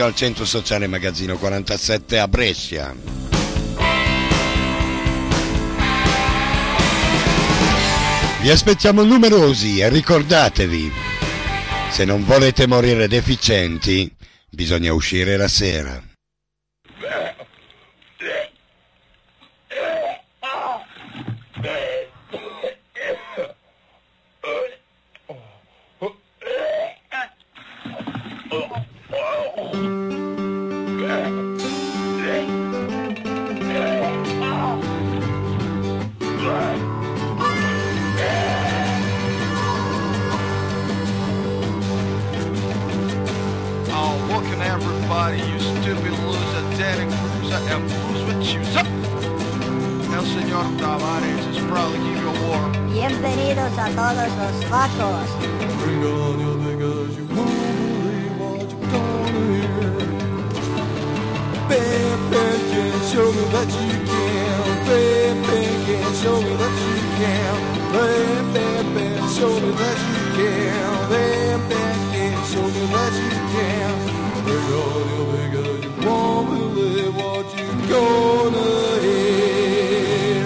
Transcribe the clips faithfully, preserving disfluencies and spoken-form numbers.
Al centro sociale Magazzino quarantasette a Brescia. Vi aspettiamo numerosi e ricordatevi, se non volete morire deficienti, bisogna uscire la sera. Everybody, you stupid loser, Danny Cruiser, and Bruce with chooser. El señor Tavares is probably give you a war. Bienvenidos a todos los vacos. Bring on your niggas, you won't believe what you're gonna hear. Bam, bam, can show me that you can. Bam, bam, can show me that you can. Bam, bam, bam, show me that you can. Bam, bam, can show me that you can. Bring on your niggas, you won't believe what you're gonna hear.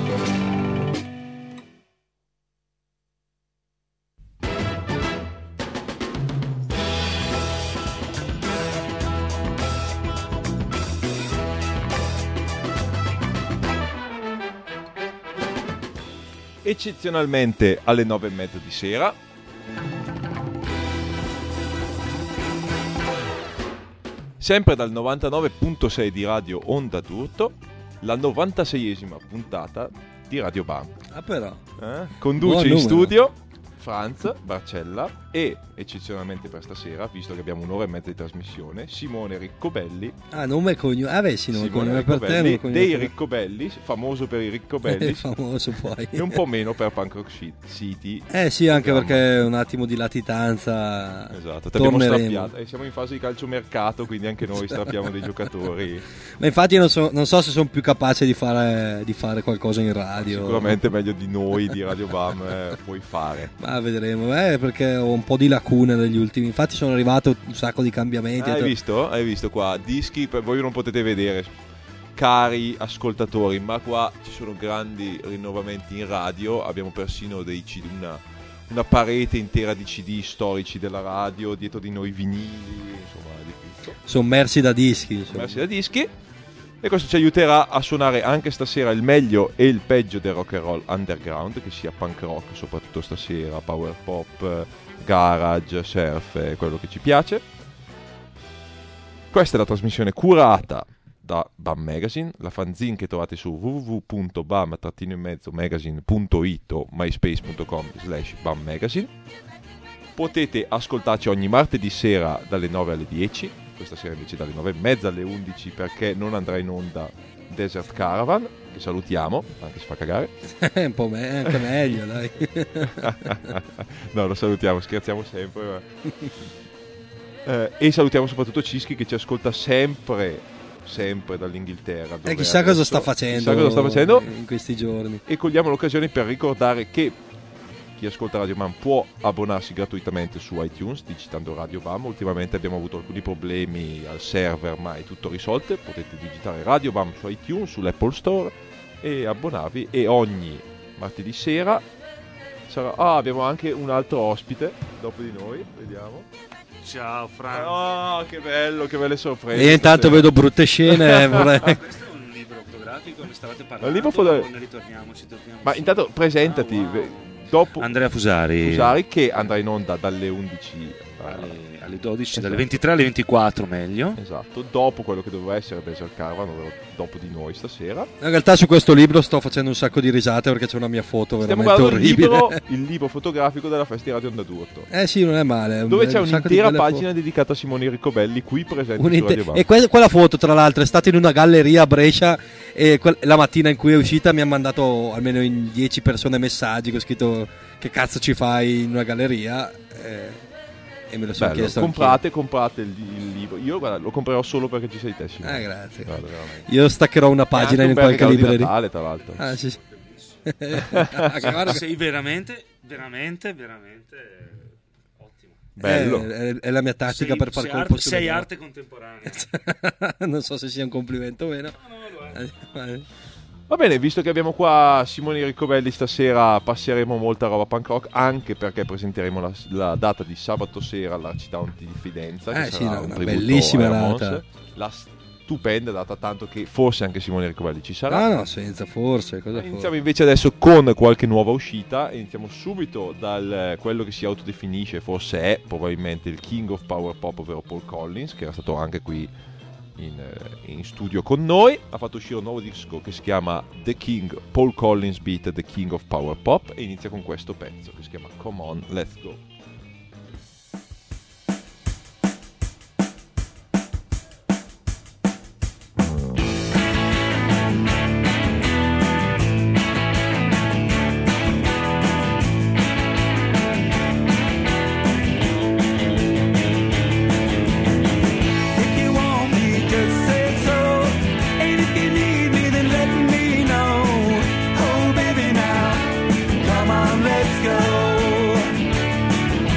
Eccezionalmente alle nove e mezza di sera, sempre dal novantanove virgola sei di Radio Onda d'Urto, la novantaseiesima puntata di Radio Bam. Ah però eh? Conduce in studio Franz Barcella e, eccezionalmente per stasera, visto che abbiamo un'ora e mezza di trasmissione, Simone Riccobelli. Ah, nome e cognome. Ah beh sì, nome e cognome per te, Riccobelli, cognome dei per... Riccobelli, famoso per i Riccobelli. famoso poi. E un po' meno per Punk Rock City. Eh sì, anche perché un attimo di latitanza. Esatto, ti abbiamo strappiato. E siamo in fase di calciomercato, quindi anche noi strappiamo dei giocatori. Ma infatti non so, non so se sono più capace di fare, di fare qualcosa in radio. Sicuramente meglio di noi, di Radio Bam, eh, puoi fare. Ma vedremo, eh, perché ho un po' di lacune negli ultimi. Infatti sono arrivato un sacco di cambiamenti. Ah, hai visto? Hai visto qua? Dischi, per voi non potete vedere, cari ascoltatori, ma qua ci sono grandi rinnovamenti in radio. Abbiamo persino dei C D, una, una parete intera di C D storici della radio, dietro di noi vinili, insomma, di tutto. Sommersi da dischi, insomma. Sommersi da dischi. E questo ci aiuterà a suonare anche stasera il meglio e il peggio del rock and roll underground, che sia punk rock soprattutto stasera, power pop, garage, surf, quello che ci piace. Questa è la trasmissione curata da Bam Magazine, la fanzine che trovate su w w w punto bam magazine punto it o myspace punto com slash bam magazine. Potete ascoltarci ogni martedì sera dalle nove alle dieci, questa sera invece dalle nove e mezza alle undici, perché non andrà in onda Desert Caravan, che salutiamo, anche se fa cagare. Un po' me- anche meglio, dai. No, lo salutiamo, scherziamo sempre. Ma... eh, e salutiamo soprattutto Cischi, che ci ascolta sempre, sempre dall'Inghilterra. E eh, chissà cosa sta facendo, chissà cosa sta facendo in questi giorni. E cogliamo l'occasione per ricordare che chi ascolta Radio Bam può abbonarsi gratuitamente su iTunes digitando Radio Bam. Ultimamente abbiamo avuto alcuni problemi al server, ma è tutto risolto. Potete digitare Radio Bam su iTunes, sull'Apple Store e abbonarvi. E ogni martedì sera sarà... Ah, abbiamo anche un altro ospite dopo di noi, vediamo. Ciao Frank. Oh, che bello, che belle sorprese. E intanto vedo brutte scene. vorrei... Ah, questo è un libro fotografico, ne stavate parlando? Un libro foto... ne ritorniamo, ci torniamo Ma su. intanto presentati. Ah, wow. Dopo Andrea Fusari. Fusari, che andrà in onda dalle undici alle, alle dodici, esatto. dalle ventitré alle ventiquattro meglio. Esatto, dopo quello che doveva essere Desert Caravan, ovvero dopo di noi stasera. In realtà su questo libro sto facendo un sacco di risate perché c'è una mia foto Stiamo veramente orribile. Il libro, il libro fotografico della festa di Radio Onda d'Urto. Eh sì, non è male. Dove un, c'è un un'intera pagina fo- dedicata a Simone Riccobelli, qui presente Un'inter- su Radio Bam. E que- quella foto, tra l'altro, è stata in una galleria a Brescia e que- la mattina in cui è uscita mi ha mandato almeno in dieci persone messaggi che ho scritto che cazzo ci fai in una galleria eh, e me lo sono Bello, chiesto comprate, anch'io. comprate il, il libro. Io guarda, lo comprerò solo perché ci sei te, Simone. Ah, grazie. Guarda, Io staccherò una pagina in qualche libreria. libreria. Di Natale, tra l'altro. Ah, sì, sì. Sei veramente, veramente, veramente ottimo. Bello. È, è la mia tattica sei, per far sei colpo arte, sulle sei donne. arte contemporanea. Non so se sia un complimento o meno. No, no, lo è. Eh, Va bene, visto che abbiamo qua Simone Riccovelli, stasera passeremo molta roba punk rock, anche perché presenteremo la, la data di sabato sera all'Arcitown di Fidenza, che Eh, sarà sì, no, un una tributo bellissima ai Ramones. data. La stupenda data, tanto che forse anche Simone Riccovelli ci sarà. Ah no, senza forse. Cosa Iniziamo forse? invece adesso con qualche nuova uscita. Iniziamo subito dal quello che si autodefinisce, forse è probabilmente il King of Power Pop, ovvero Paul Collins, che era stato anche qui in, in studio con noi. Ha fatto uscire un nuovo disco che si chiama The King Paul Collins Beat The King of Power Pop, e inizia con questo pezzo che si chiama Come On Let's Go. If you want me, just say so. And if you need me, then let me know. Oh, baby, now, come on, let's go.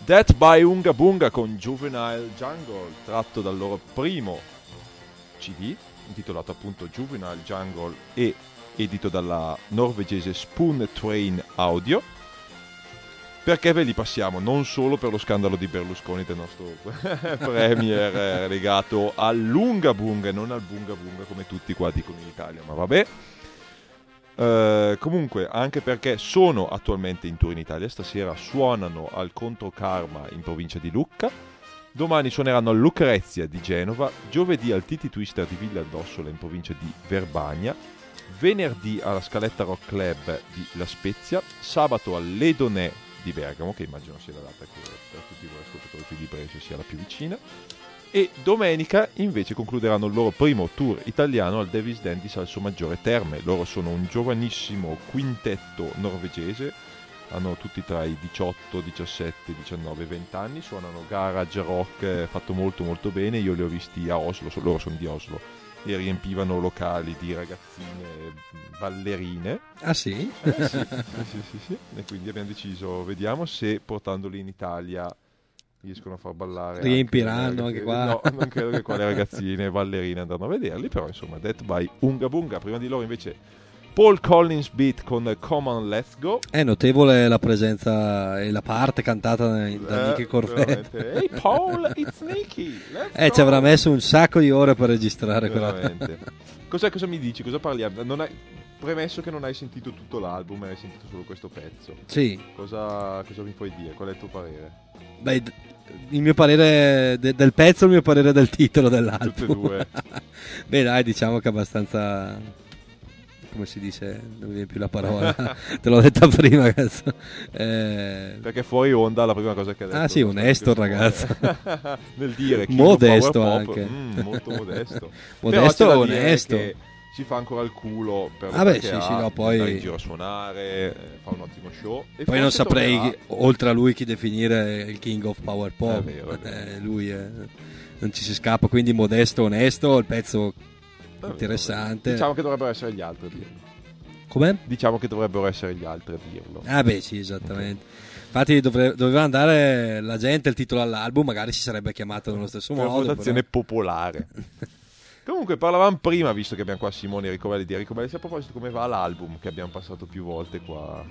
Death by Unga Bunga con Juvenile Jungle, tratto dal loro primo C D, intitolato appunto Juvenile Jungle e edito dalla norvegese Spoon Train Audio. Perché ve li passiamo? Non solo per lo scandalo di Berlusconi del nostro premier legato all'Unga Bunga e non al Bunga Bunga come tutti qua dicono in Italia, ma vabbè. Uh, comunque anche perché sono attualmente in tour in Italia, stasera suonano al Contro Karma in provincia di Lucca, domani suoneranno a Lucrezia di Genova, giovedì al Titi Twister di Villa d'Ossola in provincia di Verbania, venerdì alla Scaletta Rock Club di La Spezia, sabato all'Edonè di Bergamo, che immagino sia la data che per tutti voi ascoltatori qui di Brescia sia la più vicina, e domenica invece concluderanno il loro primo tour italiano al Davis Den di Salsomaggiore Terme. Loro sono un giovanissimo quintetto norvegese, hanno tutti tra i diciotto, diciassette, diciannove, venti anni, suonano garage rock fatto molto molto bene. Io li ho visti a Oslo, loro sono di Oslo, e riempivano locali di ragazzine ballerine. Ah sì? Eh, sì, sì, sì, sì. E quindi abbiamo deciso, vediamo se portandoli in Italia riescono a far ballare. Riempiranno anche, anche qua. No, non credo che qua le ragazzine ballerine andranno a vederli, però insomma, Death by Unga Bunga. Prima di loro invece Paul Collins Beat con Come On Let's Go. È notevole la presenza e la parte cantata da Eh, Nicky Corvette. Hey Paul, it's Nicky. Let's Eh, go. ci avrà messo un sacco di ore per registrare quella. Veramente. Cos'è, cosa mi dici? Cosa parliamo? Non hai... Premesso che non hai sentito tutto l'album, hai sentito solo questo pezzo. Sì. Cosa, cosa mi puoi dire? Qual è il tuo parere? Beh, d- il mio parere de- del pezzo, il mio parere del titolo dell'album. Tutte e due. Beh, dai, diciamo che è abbastanza. Come si dice? Non mi viene più la parola. Te l'ho detta prima, cazzo. Eh... Perché fuori onda la prima cosa che ha detto. Ah, sì, onesto il ragazzo. Nel dire King Modesto of Power Pop, anche. mm, molto modesto. Modesto Però e c'è da dire onesto. che si fa ancora il culo per Ah, beh, che sì, ha, sì, no, poi- andare in giro a suonare, eh, fa un ottimo show. E Poi non forse saprei, tornerà- chi- oltre a lui, chi definire il King of Power Pop. È vero, è vero. Eh, lui è- non ci si scappa, quindi modesto, onesto, il pezzo È vero, interessante. Diciamo che dovrebbero essere gli altri a dirlo. Com'è? Diciamo che dovrebbero essere gli altri a dirlo. Ah beh sì, esattamente. Infatti dovre- doveva andare la gente il titolo all'album, magari si sarebbe chiamato nello stesso Per modo. votazione però- popolare. Comunque parlavamo prima, visto che abbiamo qua Simone Ricovelli di Ricovelli, a proposito come va l'album che abbiamo passato più volte qua.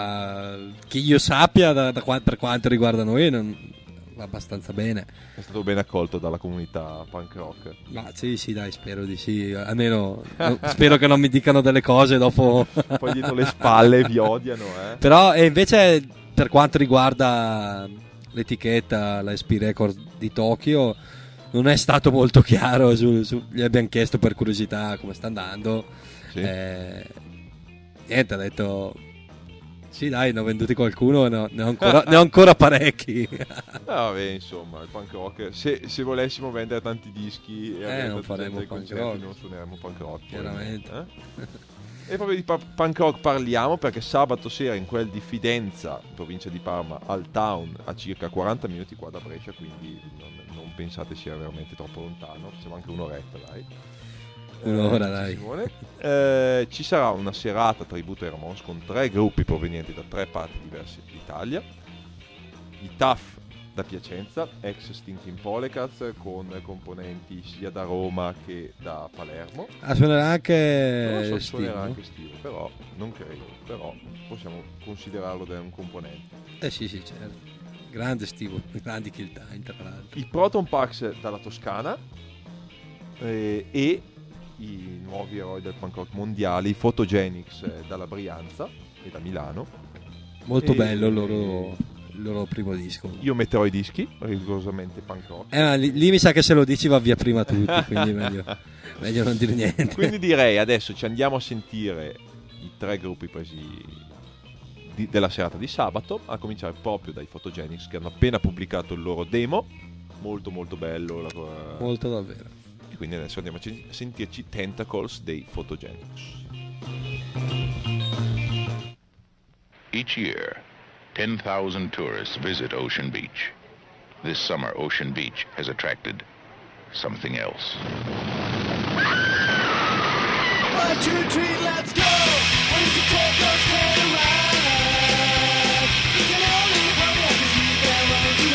Ma che io sappia, da, da qua- per quanto riguarda noi, non, va abbastanza bene. È stato ben accolto dalla comunità punk rock. Ma sì, sì, dai, spero di sì. Almeno no, spero che non mi dicano delle cose dopo. Poi dietro le spalle vi odiano, eh. Però e invece per quanto riguarda l'etichetta, la S P Record di Tokyo, non è stato molto chiaro. Su, su- gli abbiamo chiesto per curiosità come sta andando. Sì. Eh, niente, ha detto sì, dai, ne ho venduti qualcuno, ne ho, ne ho ancora, ne ho ancora parecchi. Ah, vabbè, insomma, il punk rock. Se, se volessimo vendere tanti dischi e avere non tanta faremo gente ai punk concerti, rock. non suoneremo punk rock. Chiaramente. Eh? E proprio di pa- punk rock parliamo perché sabato sera in quel di Fidenza, in provincia di Parma, al Town, a circa quaranta minuti qua da Brescia, quindi non, non pensate sia veramente troppo lontano, facciamo anche un'oretta, dai. Un'ora, Eh, dai. Simone. Eh, ci sarà una serata tributo ai Ramones con tre gruppi provenienti da tre parti diverse d'Italia. I Tough da Piacenza, ex Stinking Polecats, con componenti sia da Roma che da Palermo. Ah, suonerà Non anche so se Steve, suonerà no? anche Steve, però non credo, però possiamo considerarlo da un componente. Eh sì, sì, certo. Grande Steve, grandi kill time, tra l'altro. I Proton Pax dalla Toscana eh, e i nuovi eroi del punk rock mondiali, i Photogenics eh, dalla Brianza e da Milano. Molto E- bello il loro, il loro primo disco. Io metterò i dischi, rigorosamente punk rock. Eh, ma lì, lì mi sa che se lo dici va via prima tutti, quindi meglio, meglio non dire niente. Quindi direi adesso ci andiamo a sentire i tre gruppi presi di- della serata di sabato, a cominciare proprio dai Photogenics che hanno appena pubblicato il loro demo, molto molto bello. La, Molto davvero. e quindi adesso andiamo a ci- a sentirci Tentacles dei Photogenics. Each year, ten thousand tourists visit Ocean Beach. This summer, Ocean Beach has attracted something else. One, two, three, let's go. Why don't you take us for a ride? You can only hope that 'cause we can run to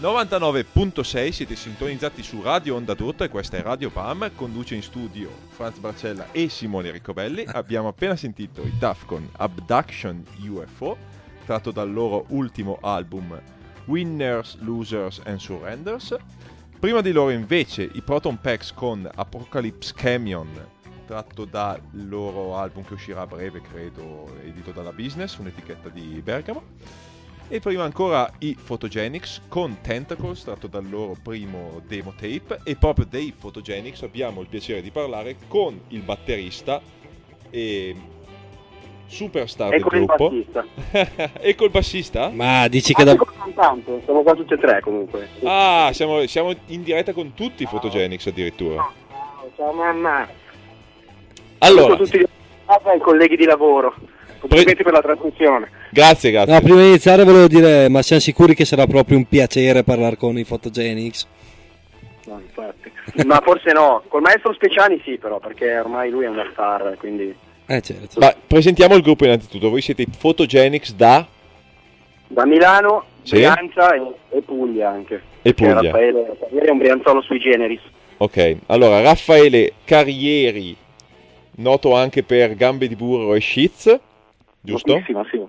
novantanove virgola sei, siete sintonizzati su Radio Onda d'Urto e questa è Radio Bam. Conduce in studio Franz Barcella e Simone Ricobelli. Abbiamo appena sentito i Duff con Abduction U F O, tratto dal loro ultimo album Winners, Losers and Surrenders. Prima di loro invece i Proton Packs con Apocalypse Camion, tratto dal loro album che uscirà a breve, credo, edito dalla Business, un'etichetta di Bergamo. E prima ancora i Photogenics con Tentacles, tratto dal loro primo demo tape. E proprio dei Photogenics abbiamo il piacere di parlare con il batterista e superstar e del gruppo. E col bassista? Ma dici che Anche da... col cantante, siamo qua tutti e tre comunque. Ah, siamo, siamo in diretta con tutti i Photogenics addirittura. Ciao, ciao mamma. Allora, Saluto tutti i colleghi di lavoro. Complimenti per la trasmissione. Grazie, grazie. No, prima di iniziare volevo dire, ma siamo sicuri che sarà proprio un piacere parlare con i Photogenics? No, infatti. Ma forse no, col maestro Speciani sì però, perché ormai lui è una star, quindi... Eh certo. Ma presentiamo il gruppo innanzitutto. Voi siete i Photogenics da... Da Milano, Sì. Brianza e, e Puglia anche. E Perché Puglia. Raffaele Carrieri è un brianzolo sui generis. Ok, allora Raffaele Carrieri, noto anche per Gambe di Burro e Shitz, giusto? Notissimo, sì.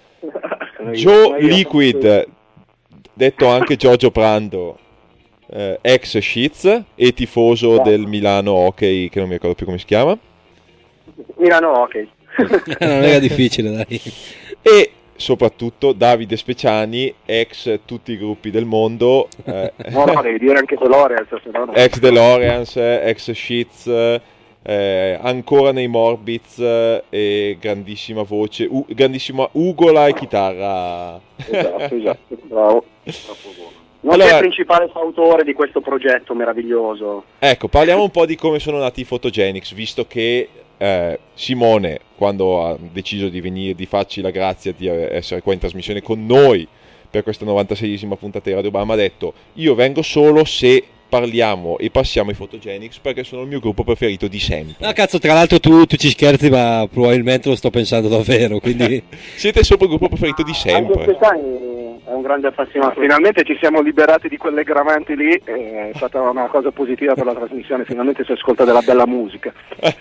Joe Liquid, detto anche Giorgio Prando, eh, ex Shitz e tifoso Esatto. del Milano Hockey, che non mi ricordo più come si chiama. Milano, ok. Non era difficile, dai. E soprattutto Davide Speciani, ex tutti i gruppi del mondo, eh, No, no, devi dire anche DeLorean, se no no. ex DeLoreans, ex Shitz, eh, ancora nei Morbids eh, e grandissima voce, u- grandissima ugola e chitarra. Esatto, esatto, bravo. Troppo buono. Non Allora- sei il principale fautore di questo progetto meraviglioso. Ecco, parliamo un po' di come sono nati i Photogenics, visto che eh, Simone, quando ha deciso di venire, di farci la grazia di eh, essere qua in trasmissione con noi per questa novantaseiesima puntata di Radio Bam, ha detto: io vengo solo se parliamo e passiamo i Photogenics, perché sono il mio gruppo preferito di sempre. Ah cazzo, tra l'altro tu, tu ci scherzi, ma probabilmente lo sto pensando davvero, quindi... Siete sopra il gruppo preferito di Anche sempre. Speciani è un grande appassionato. Finalmente ci siamo liberati di quelle gravanti lì, è stata una cosa positiva per la trasmissione, finalmente si ascolta della bella musica.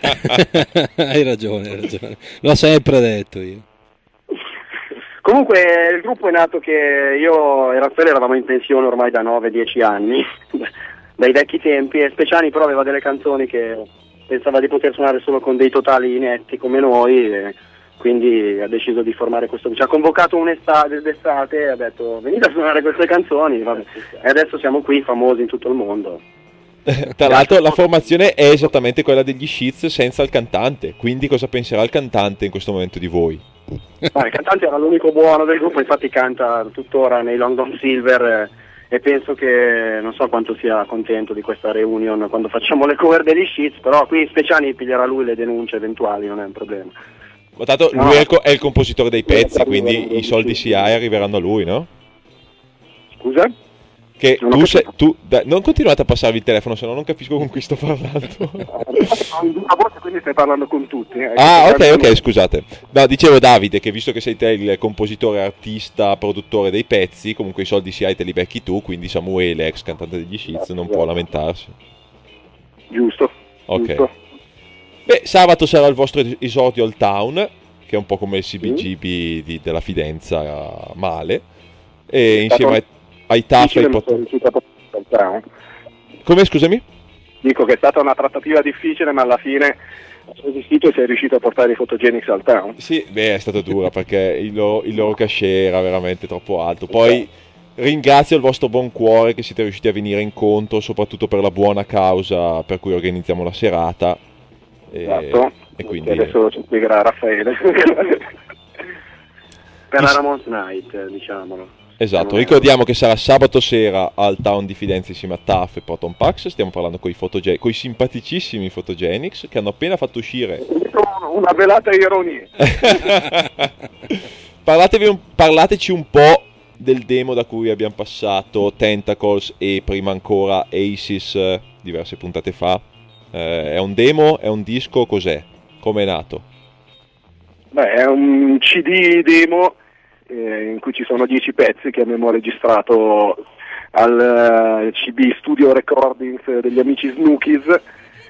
Hai ragione, hai ragione. L'ho sempre detto io. Comunque il gruppo è nato che io e Raffaele eravamo in pensione ormai da nove dieci anni, dai vecchi tempi, e Speciani però aveva delle canzoni che pensava di poter suonare solo con dei totali inetti come noi, e quindi ha deciso di formare questo, ci ha convocato un'estate d'estate e ha detto venite a suonare queste canzoni, vabbè. E adesso siamo qui famosi in tutto il mondo. Tra l'altro la formazione è esattamente quella degli Shitz senza il cantante, quindi cosa penserà il cantante in questo momento di voi? Ma il cantante era l'unico buono del gruppo, infatti canta tuttora nei London Silver, eh, e penso che non so quanto sia contento di questa reunion quando facciamo le cover degli Shitz, però qui Speciani piglierà lui le denunce eventuali, non è un problema. Ma tanto No. lui è il, co- è il compositore dei pezzi, quindi i soldi S I A I arriveranno a lui, no? Scusa? Che Non ho tu sei... capito. Tu, dai, non continuate a passarvi il telefono, se no non capisco con chi sto parlando. Ho una voce, quindi stai parlando con tutti. eh. Ah, ok, ok, scusate. No, dicevo Davide, che visto che sei te il compositore, artista, produttore dei pezzi, comunque i soldi S I A I te li becchi tu, quindi Samuele, ex cantante degli Shitz, non può lamentarsi. Giusto. Ok. giusto. Beh, sabato sarà il vostro esordio al Town, che è un po' come il C B G B di- della Fidenza male, e insieme ai, ai T A F e ai Difficile, ma sono Pot- riuscito a portare il Town. Come, scusami? Dico che è stata una trattativa difficile, ma alla fine hai resistito e sei riuscito a portare i Photogenics al Town. Sì, beh, è stata dura perché il loro, il loro cachet era veramente troppo alto. Poi ringrazio il vostro buon cuore che siete riusciti a venire incontro, soprattutto per la buona causa per cui organizziamo la serata. E, Esatto. e quindi Adesso ci spiegherà Raffaele. Per la Ramones Night, diciamolo. esatto, Non è- ricordiamo che sarà sabato sera al Town di Fidenza insieme a T A F e Proton Pax. Stiamo parlando con i fotoge- coi simpaticissimi Photogenics che hanno appena fatto uscire. Una velata ironia. Parlatevi un- parlateci un po' del demo da cui abbiamo passato Tentacles e prima ancora Aces eh, diverse puntate fa. Eh, è un demo? È un disco? Cos'è? Come è nato? Beh, è un C D demo eh, in cui ci sono dieci pezzi che abbiamo registrato al eh, C B Studio Recordings degli amici Snookies,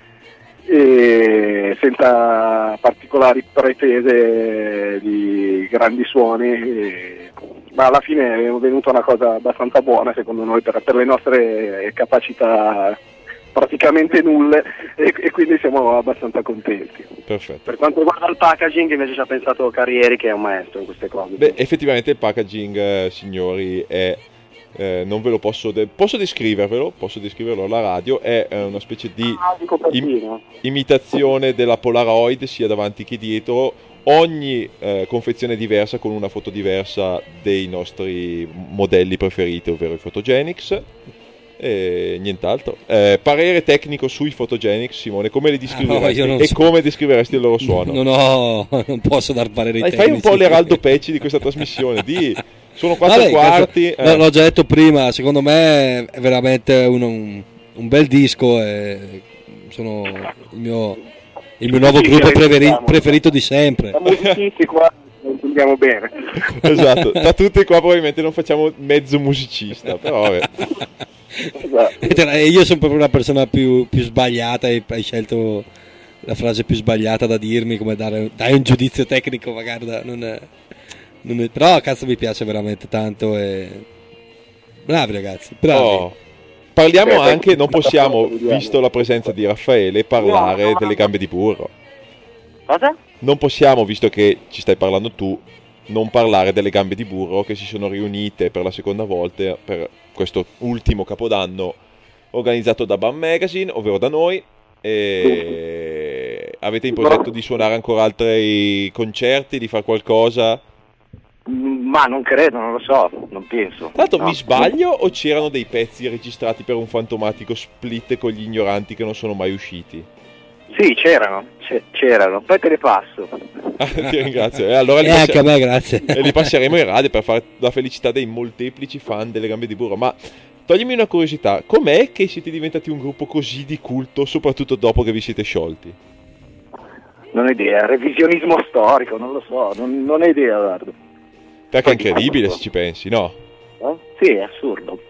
e senza particolari pretese di grandi suoni, e, ma alla fine è venuta una cosa abbastanza buona secondo noi per, per le nostre capacità praticamente nulle, e, e quindi siamo abbastanza contenti. Perfetto. Per quanto riguarda il packaging invece ci ha pensato Carrieri, che è un maestro in queste cose. Beh, effettivamente il packaging, eh, signori, è eh, non ve lo posso de- posso descrivervelo, posso descriverlo alla radio, è eh, una specie di Ah, di copertina. im- imitazione della Polaroid sia davanti che dietro, ogni eh, confezione diversa con una foto diversa dei nostri modelli preferiti, ovvero i Photogenics. E nient'altro. Eh, parere tecnico sui Photogenics, Simone, come li descriveresti Ah, no, io non e so. come descriveresti il loro suono? Non ho, non posso dar pareri Dai, tecnici. fai un po' l'Eraldo Pecci di questa trasmissione, di sono quattro Vabbè, quarti. questo- eh. no, l'ho già detto prima, secondo me è veramente un, un, un bel disco e sono il mio, il mio nuovo Sì, gruppo sì, preferi- diciamo. preferito di sempre. Da musicisti qua non intendiamo bene. Esatto, da tutti qua probabilmente non facciamo mezzo musicista, però vabbè. Esatto. E io sono proprio una persona più, più sbagliata e hai scelto la frase più sbagliata da dirmi, come dare dai un giudizio tecnico magari da- non è, non è- però cazzo mi piace veramente tanto e bravi ragazzi, bravi. Oh. Parliamo Eh, anche, non possiamo, vediamo. visto la presenza di Raffaele, parlare delle gambe di burro. Cosa? Non possiamo, visto che ci stai parlando tu, non parlare delle gambe di burro che si sono riunite per la seconda volta per questo ultimo capodanno organizzato da Bam Magazine, ovvero da noi. E avete in progetto di suonare ancora altri concerti, di fare qualcosa? Ma non credo, non lo so, non penso. Tra l'altro, No. mi sbaglio o c'erano dei pezzi registrati per un fantomatico split con gli ignoranti che non sono mai usciti? Sì, c'erano, c'è- c'erano, poi te le passo. Ah, ti ringrazio. E allora li, E anche a passer- me, grazie. e li passeremo in radio per fare la felicità dei molteplici fan delle gambe di burro. Ma toglimi una curiosità, com'è che siete diventati un gruppo così di culto, soprattutto dopo che vi siete sciolti? Non ho idea, revisionismo storico, non lo so, non, non ho idea, guarda. Perché è incredibile se ci pensi, no? Eh? Sì, è assurdo.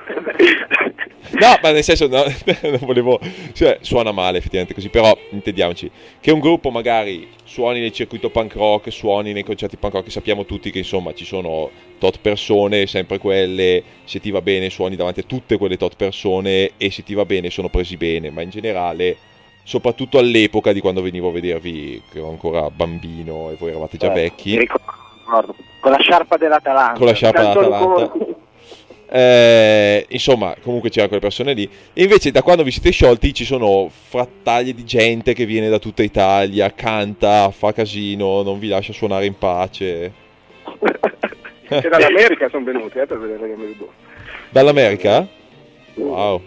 No, ma nel senso, no, non volevo, cioè, suona male effettivamente così, però intendiamoci, che un gruppo magari suoni nel circuito punk rock, suoni nei concerti punk rock, sappiamo tutti che insomma ci sono tot persone, sempre quelle, se ti va bene suoni davanti a tutte quelle tot persone e se ti va bene sono presi bene, ma in generale, soprattutto all'epoca di quando venivo a vedervi, che ero ancora bambino e voi eravate già Eh, vecchi, mi ricordo, con la sciarpa dell'Atalanta. con la sciarpa Tanto dell'Atalanta. ancora. Eh, insomma, comunque c'erano quelle persone lì. E invece, da quando vi siete sciolti, ci sono frattaglie di gente che viene da tutta Italia, canta, fa casino, non vi lascia suonare in pace. Che dall'America sono venuti, eh, per vedere le gambe di burro. Dall'America? Wow.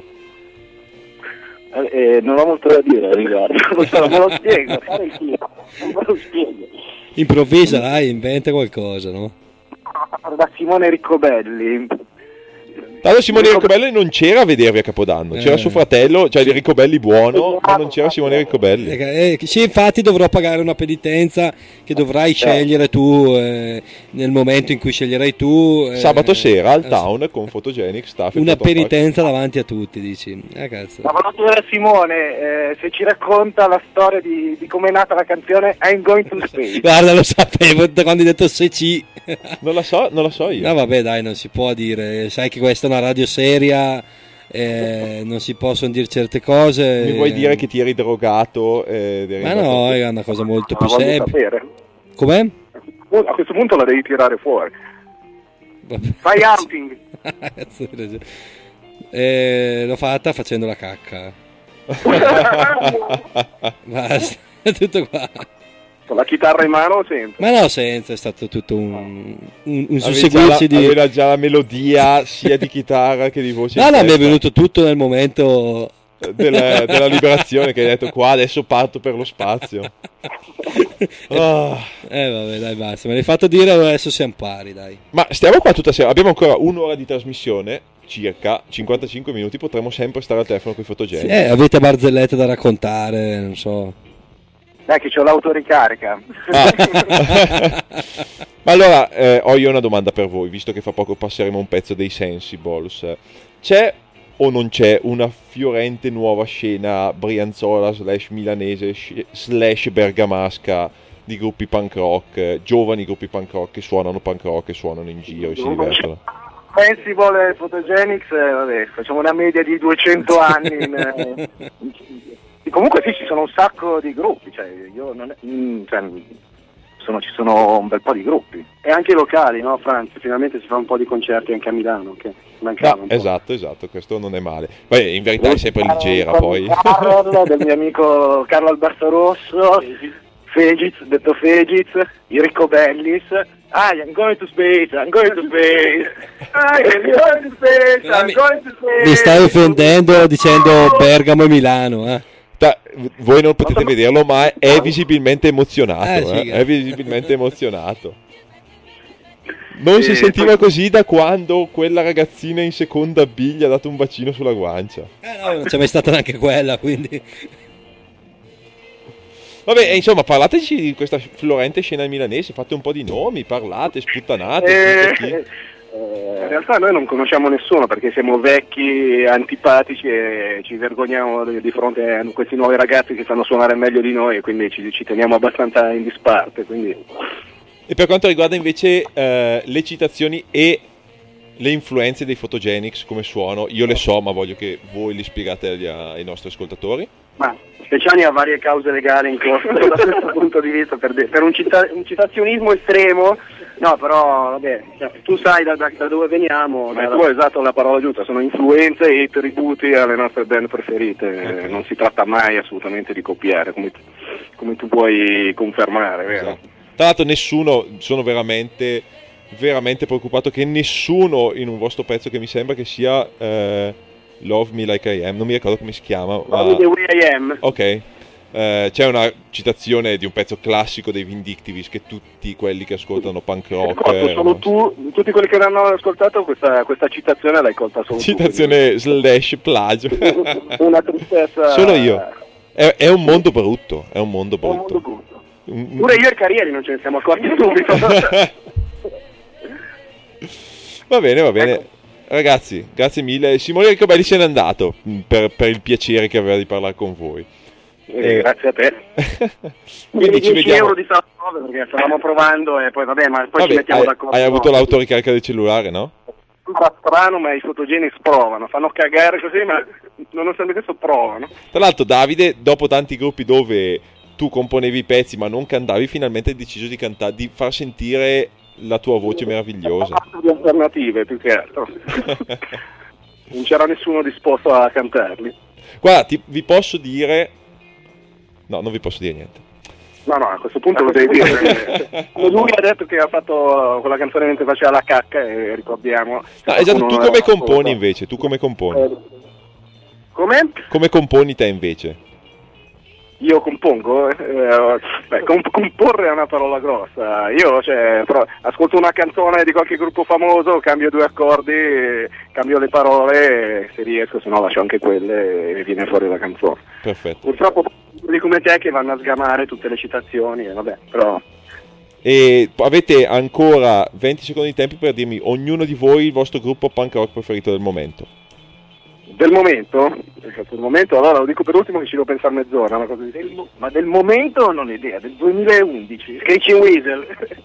Eh, eh, non ho molto da dire a riguardo, non so, me lo spiego, fare il tiro, non me lo spiego. Improvvisa, dai, inventa qualcosa, no? Da Simone Riccobelli. Allora Simone Riccobelli non c'era a vedervi a Capodanno, c'era Eh. suo fratello, cioè di Riccobelli buono, ma non c'era Simone Riccobelli. Eh, eh, sì, infatti dovrò pagare una penitenza che dovrai scegliere tu eh, nel momento in cui sceglierai tu. eh, Sabato sera al eh, town con Photogenic Staff. Una penitenza davanti a tutti, dici. Eh, cazzo. Ma volevo chiedere a Simone eh, se ci racconta la storia di, di come è nata la canzone I'm Going to Space. Guarda, lo sapevo da quando hai detto se ci. Non la so, non la so io. No, vabbè, dai, non si può dire. Sai che questa è una radio seria, eh, non si possono dire certe cose. Mi vuoi dire che ti eri drogato? ed eri Ma andato- no, è una cosa molto Ma più voglio semplice. sapere. Com'è? A questo punto la devi tirare fuori. Vabbè. Fai outing. Cazzo, hai ragione. Eh, l'ho fatta facendo la cacca. Basta, è tutto qua. Con la chitarra in mano o senza? Ma no, senza, è stato tutto un, un, un Avevi già, la, susseguirsi di... aveva già la melodia sia di chitarra che di voce No, in no, mi è testa venuto tutto nel momento... della, della liberazione, che hai detto qua adesso parto per lo spazio. Ah. Eh vabbè, dai, basta, me l'hai fatto dire, adesso siamo pari, dai. Ma stiamo qua tutta sera, abbiamo ancora un'ora di trasmissione, circa cinquantacinque minuti, potremo sempre stare al telefono con i fotogeni. Eh, avete barzellette da raccontare, non so. Dai che c'ho l'autoricarica. Ah. Ma allora eh, ho io una domanda per voi, visto che fra poco passeremo un pezzo dei Sensibles. c'è o non c'è una fiorente nuova scena brianzola slash milanese slash bergamasca di gruppi punk rock, giovani gruppi punk rock che suonano punk rock e suonano in giro e si divertono? Sensible e Photogenics, eh, vabbè, facciamo una media di duecento anni. In, eh, comunque sì, ci sono un sacco di gruppi, cioè, io non, mm, cioè, sono, ci sono un bel po' di gruppi. E anche locali, no Franz? Finalmente si fa un po' di concerti anche a Milano, che mancava No, un po'. esatto, esatto, questo non è male. Beh, in verità è sempre leggera poi. Carol, del mio amico Carlo Alberto Rosso, Fegiz, detto Fegiz, Enrico Bellis. Ah, I'm going to space, I'm going to space. Ah, I'm going to space, I'm going to space. Mi stai offendendo dicendo Bergamo e Milano, eh? Ta- voi non potete vederlo, ma è visibilmente emozionato, Eh, sì, eh? È visibilmente emozionato. Non si sentiva così da quando quella ragazzina in seconda B gli ha dato un bacino sulla guancia. Eh no, non c'è mai stata neanche quella, quindi... Vabbè, eh, insomma, parlateci di questa fiorente scena milanese, fate un po' di nomi, parlate, sputtanate. Eh, chi- chi- eh, in realtà noi non conosciamo nessuno perché siamo vecchi, antipatici e ci vergogniamo di, di fronte a questi nuovi ragazzi che sanno suonare meglio di noi e quindi ci, ci teniamo abbastanza in disparte. Quindi... E per quanto riguarda invece eh, le citazioni e le influenze dei Photogenics come suono, io le so, ma voglio che voi li spiegate agli- ai nostri ascoltatori. Ma Speciani ha varie cause legali in corso da questo punto di vista per, de- per un, cita- un citazionismo estremo, no però vabbè, cioè, tu sai da, da, da dove veniamo, ma tu hai usato la parola giusta, sono influenze e tributi alle nostre band preferite, okay. Non si tratta mai assolutamente di copiare, come, come tu puoi confermare, vero? Esatto. Tra l'altro nessuno, sono veramente, veramente preoccupato che nessuno in un vostro pezzo che mi sembra che sia... Eh, Love Me Like I Am, non mi ricordo come si chiama. Ma... Love Me The Way I Am. Ok, eh, c'è una citazione di un pezzo classico dei Vindictivis che tutti quelli che ascoltano punk rock... Eh, solo tu, tutti quelli che l'hanno ascoltato questa, questa citazione l'hai colta solo citazione tu. slash plagio. Una tristezza... Solo io. È, è un mondo brutto, è un mondo brutto. È un mondo brutto. Un... Pure io e Carrieri non ce ne siamo accorti subito. Va bene, va bene. Ecco. Ragazzi, grazie mille. Simone Ricobelli se n'è andato per, per il piacere che aveva di parlare con voi. Eh, eh, grazie a te. Quindi ci vediamo. Euro di salve perché stavamo provando e poi vabbè, ma poi vabbè, ci mettiamo hai, d'accordo. Hai avuto no? l'autoricarica del cellulare, no? Sembra strano, ma i Photogenics provano, fanno cagare così, ma nonostante questo provano. Tra l'altro, Davide, dopo tanti gruppi dove tu componevi i pezzi ma non cantavi, finalmente hai deciso di cantare, di far sentire la tua voce meravigliosa. Di alternative più che altro. Non c'era nessuno disposto a cantarli. Guarda, ti, vi posso dire... No, non vi posso dire niente. No, no, a questo punto lo devi dire. Lui ha detto che ha fatto quella canzone mentre faceva la cacca e ricordiamo... No, esatto, tu come componi invece? Tu come componi? Come? Come componi te invece? Io compongo? Eh, beh, comp- comporre è una parola grossa. Io cioè, però, ascolto una canzone di qualche gruppo famoso, cambio due accordi, cambio le parole, se riesco, se no lascio anche quelle e viene fuori la canzone. Perfetto. Purtroppo quelli come te che vanno a sgamare tutte le citazioni, e vabbè, però... E avete ancora venti secondi di tempo per dirmi ognuno di voi il vostro gruppo punk rock preferito del momento. Del momento? Del momento, allora lo dico per ultimo che ci devo pensare mezz'ora, una cosa di... del mo- ma del momento non ho idea, del duemilaundici, Screeching Weasel.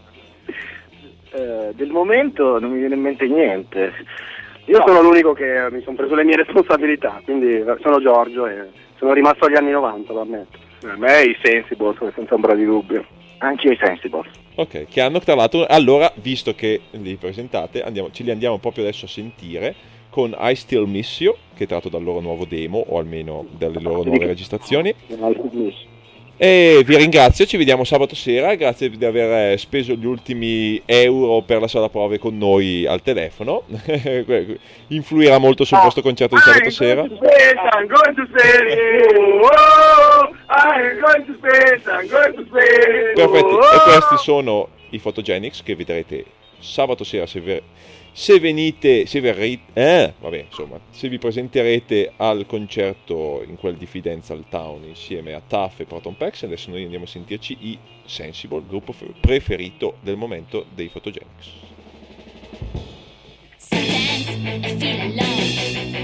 eh, del momento non mi viene in mente niente. Io no. Sono l'unico che mi sono preso le mie responsabilità, quindi sono Giorgio e sono rimasto agli anni novanta, lo ammetto. A me i Sensibles, senza ombra di dubbio. Anche i Sensibles. Ok, che hanno tra l'altro, allora, visto che li presentate, andiamo, ce li andiamo proprio adesso a sentire con I Still Miss You, che è tratto dal loro nuovo demo, o almeno dalle loro nuove registrazioni. E vi ringrazio, ci vediamo sabato sera, grazie di aver speso gli ultimi euro per la sala prove con noi al telefono. Influirà molto sul vostro concerto di sabato sera. I'm going to say, oh, I'm going to say, I'm going to say. Perfetti, e questi sono i Photogenics che vedrete sabato sera se vi... Se venite, se verrete, eh, vabbè, insomma, se vi presenterete al concerto in quel di Fidenza al Town insieme a Taff e Proton Pax, adesso noi andiamo a sentirci i Sensible, gruppo preferito del momento dei Photogenics. Sometimes I feel alone.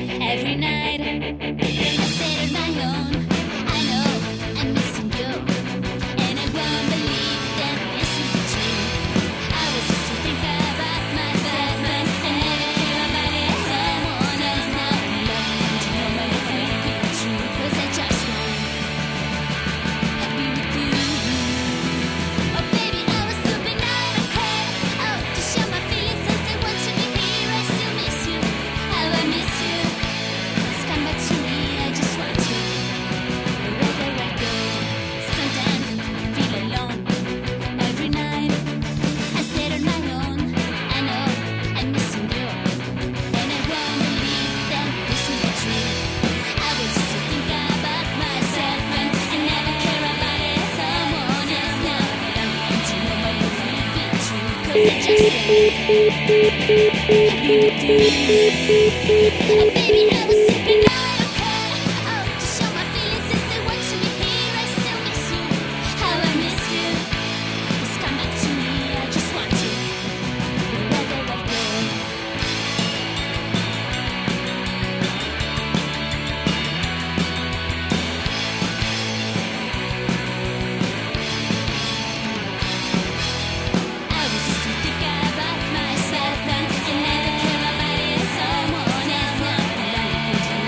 Myself, and never care about it. Someone else, not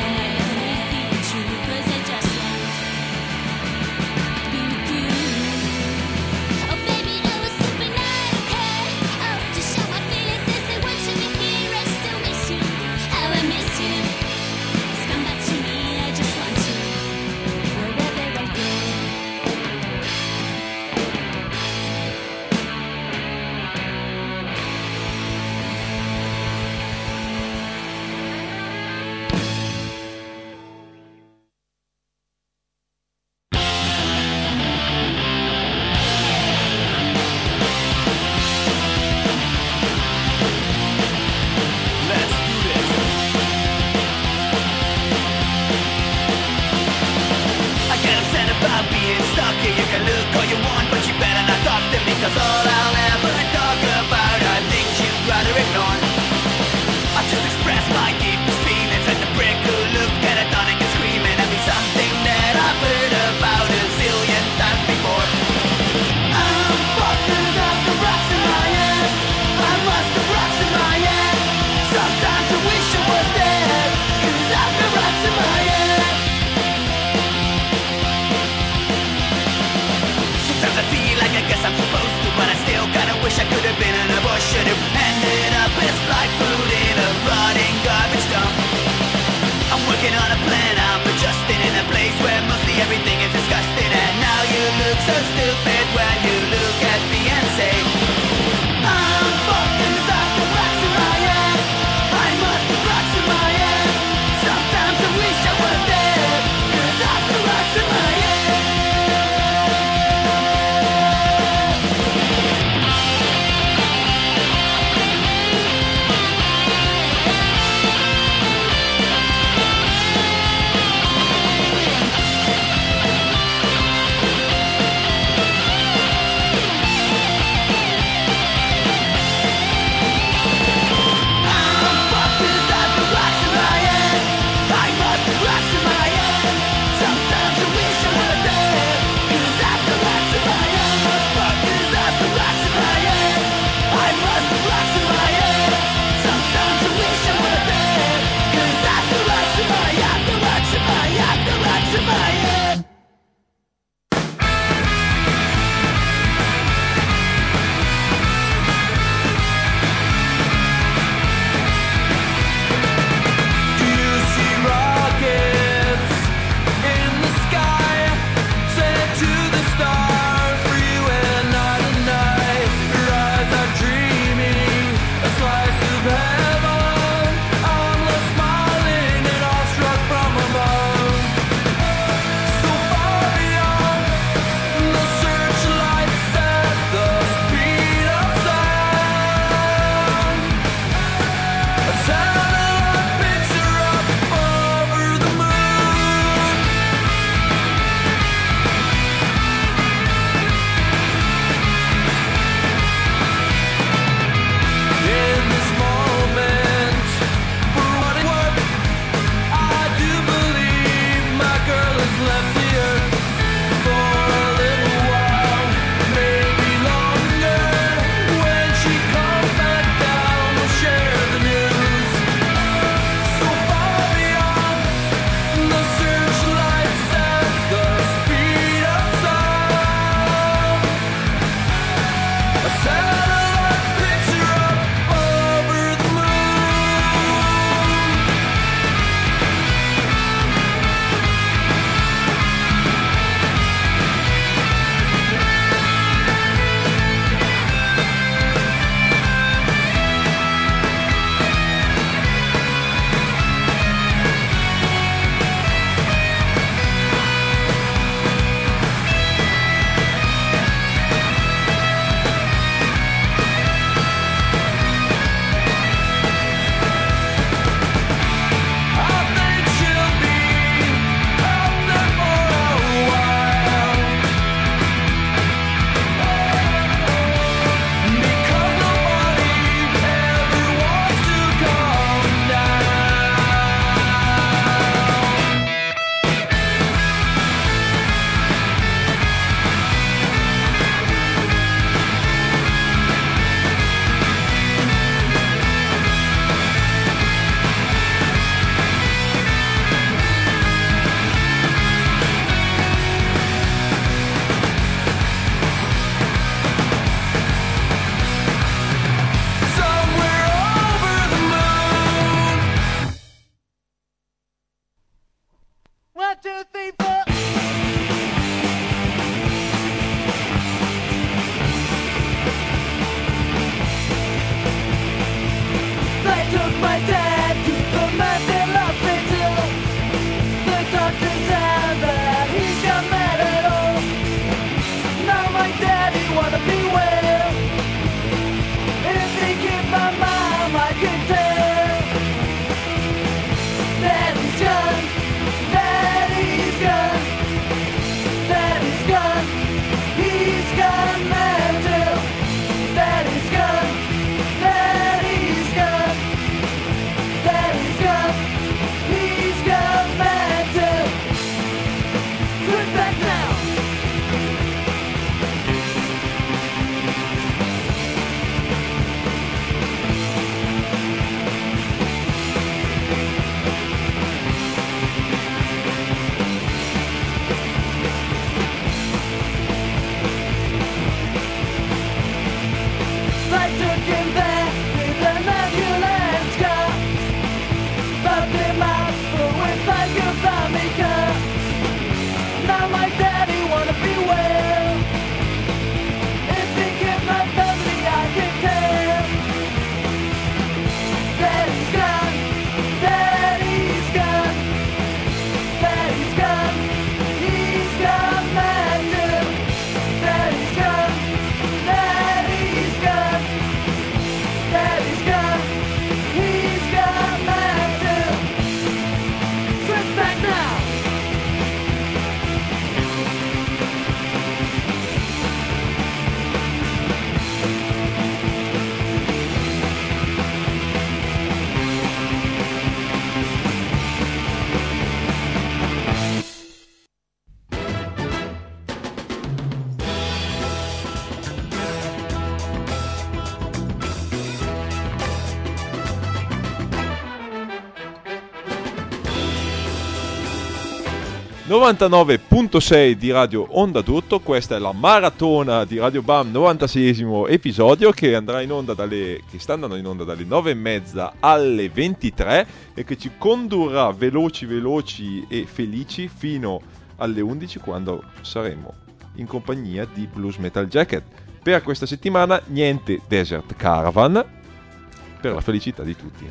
novantanove virgola sei di Radio Onda d'Urto. Questa è la maratona di Radio Bam, novantaseiesimo episodio, che andrà in onda dalle che sta andando in onda dalle nove e mezza alle ventitré e che ci condurrà veloci veloci e felici fino alle undici, quando saremo in compagnia di Blues Metal Jacket. Per questa settimana niente Desert Caravan, per la felicità di tutti,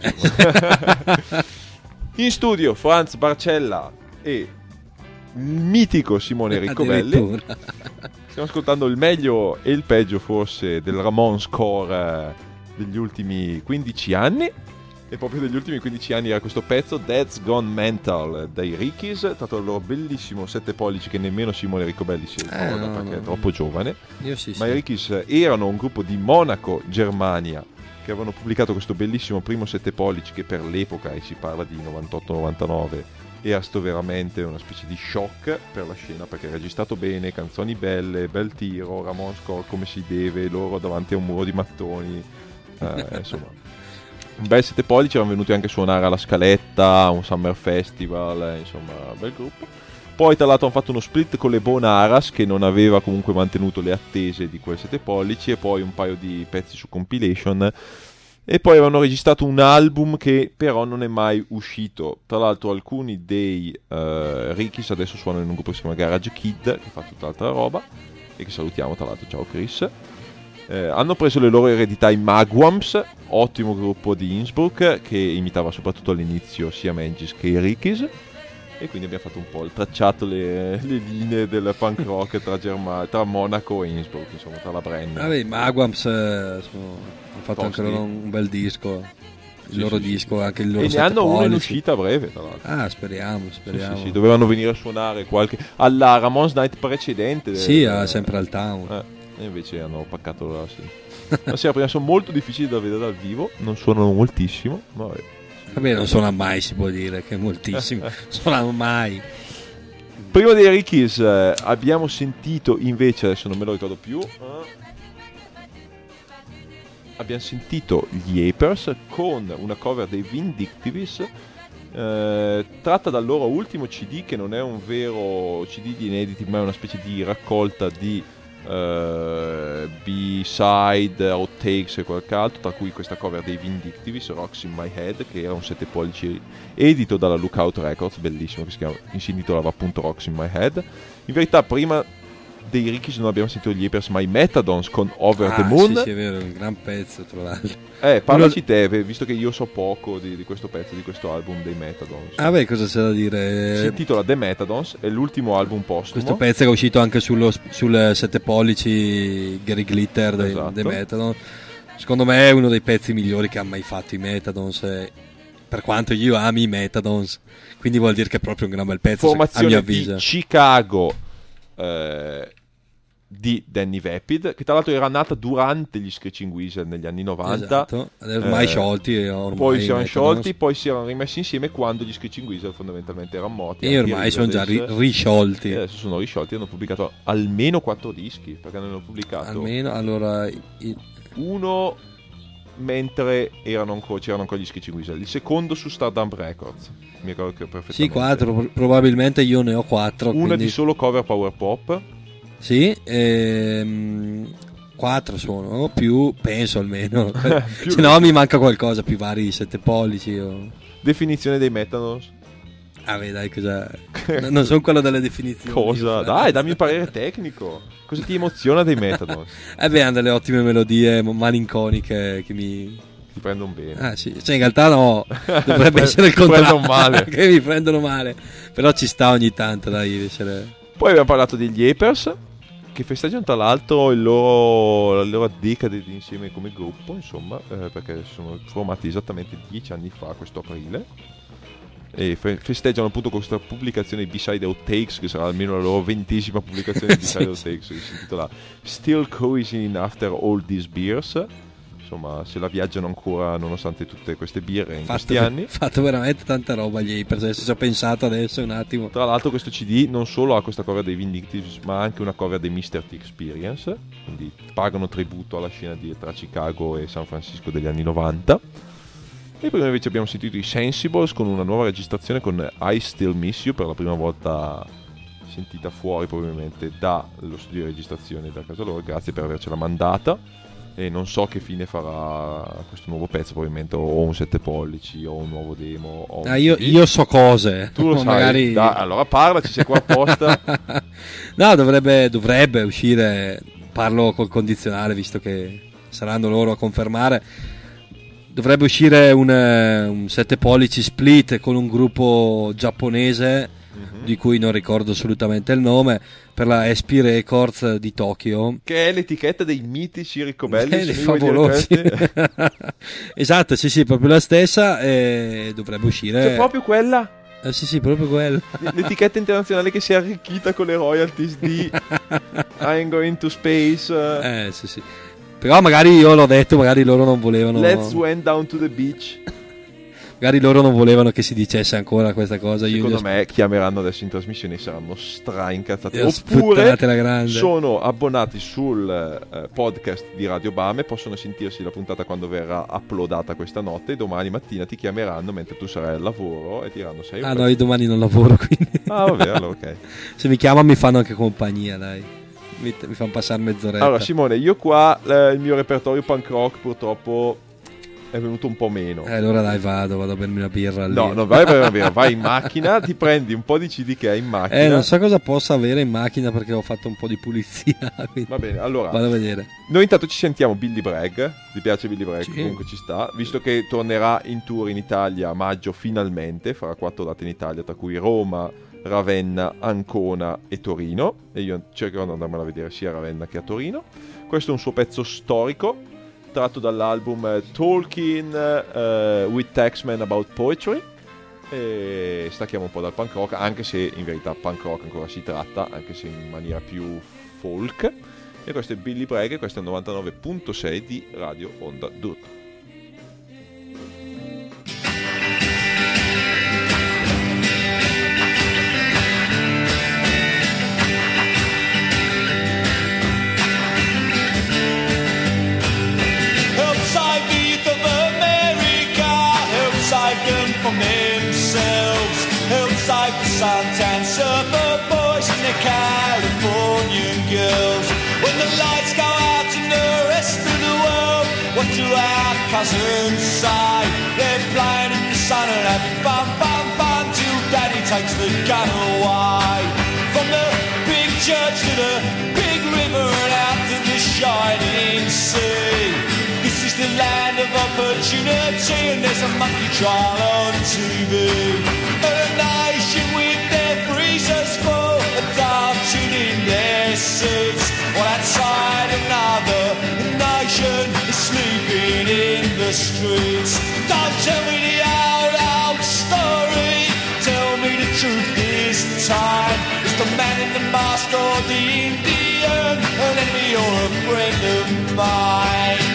insomma. In studio Franz Barcella e il mitico Simone Riccobelli. Stiamo ascoltando il meglio e il peggio forse del Ramones Core degli ultimi quindici anni. E proprio degli ultimi quindici anni era questo pezzo, That's Gone Mental, dai Rickies, stato il loro bellissimo sette pollici che nemmeno Simone Riccobelli si ricorda, eh, no, perché no, è troppo giovane. Io sì, Ma sì. i Rickies erano un gruppo di Monaco, Germania, che avevano pubblicato questo bellissimo primo sette pollici che per l'epoca, e si parla di novantotto novantanove, era sto veramente una specie di shock per la scena, perché è registrato bene, canzoni belle, bel tiro, Ramones Core come si deve, loro davanti a un muro di mattoni, eh, insomma un bel sette pollici. Erano venuti anche a suonare alla Scaletta, un Summer Festival, eh, insomma bel gruppo. Poi tra l'altro hanno fatto uno split con le Bone Aras, che non aveva comunque mantenuto le attese di quel sette pollici, e poi un paio di pezzi su compilation, e poi avevano registrato un album che però non è mai uscito. Tra l'altro alcuni dei uh, Rickies adesso suonano in un gruppo che si chiama Garage Kid, che fa tutt'altra roba, e che salutiamo tra l'altro, ciao Chris. Eh, hanno preso le loro eredità i Magwamps, ottimo gruppo di Innsbruck che imitava soprattutto all'inizio sia Mangis che i Rickies, e quindi abbiamo fatto un po' il tracciato, le, le linee del punk rock tra, Germa- tra Monaco e Innsbruck, insomma, tra la Brenna. Vabbè, i Magwamps eh, sono, hanno fatto anche loro un bel disco, il sì, loro sì, disco, sì. anche il loro e ne hanno uno in pollici. uscita a breve, tra l'altro. Ah, speriamo, speriamo. Sì, sì, sì, dovevano venire a suonare qualche alla Ramones Night precedente. Sì, del, sempre al Town. Eh. E invece hanno paccato la sera. La sera prima sono molto difficili da vedere dal vivo, non suonano moltissimo, ma vabbè. Vabbè, non suona mai, si può dire che è moltissimo. Suonano mai. Prima dei Rickies eh, abbiamo sentito invece, adesso non me lo ricordo più, eh, abbiamo sentito gli Apers con una cover dei Vindictivis, eh, tratta dal loro ultimo C D, che non è un vero C D di inediti, ma è una specie di raccolta di Uh, B-side, outtakes e qualche altro, tra cui questa cover dei Vindictivis, Rocks in My Head, che era un sette pollici edito dalla Lookout Records, bellissimo, che si, chiama, si intitolava appunto Rocks in My Head. In verità prima dei Rickies non abbiamo sentito gli Apers, ma i Metadons con Over ah, the Moon. Sì, sì, è vero, un gran pezzo tra l'altro. Eh, parlaci te, visto che io so poco di, di questo pezzo, di questo album dei Metadons. Ah beh, cosa c'è da dire? Si intitola The Metadons, è l'ultimo album postumo. Questo pezzo che è uscito anche sullo, sul sette pollici Gary Glitter dei, esatto. dei Metadons. Secondo me è uno dei pezzi migliori che ha mai fatto i Metadons, eh, per quanto io ami i Metadons, quindi vuol dire che è proprio un gran bel pezzo. Formazione a mio avviso. di Chicago, eh, di Danny Vapid, che tra l'altro era nata durante gli Screeching Weasel negli anni novanta, esatto. ormai eh, sciolti e ormai poi si erano Metadons. sciolti, poi si erano rimessi insieme quando gli Screeching Weasel fondamentalmente erano morti, e ormai sono già ri- risciolti, e adesso sono risciolti, hanno pubblicato almeno quattro dischi, perché ne hanno pubblicato almeno allora i... uno mentre erano ancora, c'erano ancora gli Screeching Weasel, il secondo su Stardump Records, mi ricordo che perfettamente. Sì, quattro, probabilmente io ne ho quattro. Una quindi... di solo cover power pop. Sì, ehm, quattro sono, più penso almeno. Più... Se no mi manca qualcosa, più vari sette pollici. O... Definizione dei Metadons. Ah, beh, dai, cosa... non sono quello delle definizioni. Cosa? Io, dai, dammi un parere tecnico. Cosa ti emoziona dei Metadons? Eh beh, hanno delle ottime melodie malinconiche che mi... Ti prendono bene. Ah sì, cioè in realtà no, dovrebbe essere il contrario. male. Che mi prendono male. Però ci sta ogni tanto, dai, essere... Poi abbiamo parlato degli Apers, che festeggiano tra l'altro il loro, la loro decade insieme come gruppo, insomma, eh, perché si sono formati esattamente dieci anni fa, questo aprile, e fe- festeggiano appunto questa pubblicazione di B-Side Outtakes, che sarà almeno la loro ventesima pubblicazione di B-Side Outtakes, che si intitola Still Cruising After All These Beers. Insomma, se la viaggiano ancora nonostante tutte queste birre in fatto, questi anni. Fatto veramente tanta roba gli Apers, adesso ci ho pensato adesso un attimo. Tra l'altro questo C D non solo ha questa cover dei Vindictives, ma anche una cover dei mister T Experience, quindi pagano tributo alla scena di, tra Chicago e San Francisco degli anni novanta. E prima invece abbiamo sentito i Sensibles con una nuova registrazione con I Still Miss You, per la prima volta sentita fuori probabilmente dallo studio di registrazione da casa loro. Grazie per avercela mandata, e non so che fine farà questo nuovo pezzo, probabilmente o un sette pollici o un nuovo demo o un Ah, io, C D. io so cose. Tu lo sai, magari... da, allora parlaci, sei qua apposta. No, dovrebbe, dovrebbe uscire, parlo col condizionale visto che saranno loro a confermare, dovrebbe uscire un, un sette pollici split con un gruppo giapponese mm-hmm. di cui non ricordo assolutamente il nome, per la S P Records di Tokyo, che è l'etichetta dei mitici Riccobelli, eh, favolosi. Esatto, sì sì, proprio la stessa, e dovrebbe uscire, cioè proprio quella. Eh, sì sì, proprio quella, l'etichetta internazionale che si è arricchita con le royalties di I'm Going to Space. Eh sì sì, però magari io l'ho detto, magari loro non volevano, Let's Went Down to the Beach. Magari loro non volevano che si dicesse ancora questa cosa. Secondo io me chiameranno adesso in trasmissione e saranno stra incazzati. Oppure la grande. Sono abbonati sul eh, podcast di Radio Bam e possono sentirsi la puntata quando verrà uploadata questa notte, e domani mattina ti chiameranno mentre tu sarai al lavoro e ti diranno sei un Ah pezzo. no, io domani non lavoro, quindi Ah vabbè, allora ok. Se mi chiamano mi fanno anche compagnia, dai. Mi, mi fanno passare mezz'oretta. Allora Simone, io qua eh, il mio repertorio punk rock purtroppo è venuto un po' meno. Eh, allora dai, vado, vado a bermi una birra lì. No, non vai a bere una birra, vai in macchina, ti prendi un po' di C D che hai in macchina. Eh, non so cosa possa avere in macchina perché ho fatto un po' di pulizia. Va bene, allora vado a vedere. Noi intanto ci sentiamo Billy Bragg. Ti piace Billy Bragg? Sì. Comunque ci sta, visto che tornerà in tour in Italia a maggio finalmente, farà quattro date in Italia, tra cui Roma, Ravenna, Ancona e Torino, e io cercherò di andarmela a vedere sia a Ravenna che a Torino. Questo è un suo pezzo storico tratto dall'album uh, Talking uh, with Taxman About Poetry, e stacchiamo un po' dal punk rock, anche se in verità punk rock ancora si tratta, anche se in maniera più folk. E questo è Billy Bragg, questo è il novantanove virgola sei di Radio Onda d'Urto. From themselves, help save the suntan surfer boys and the Californian girls. When the lights go out in the rest of the world, what do our cousins say? They're playing in the sun and having fun, fun, fun, till Daddy takes the gun away. From the big church to the big river and out to the shining sea. This is the land of opportunity, and there's a monkey trial on T V. And a nation with their freezers full of doubting in their seats, while outside another nation is sleeping in the streets. Don't tell me the old, old story, tell me the truth this time. Is the man in the mask or the Indian an enemy or a friend of mine?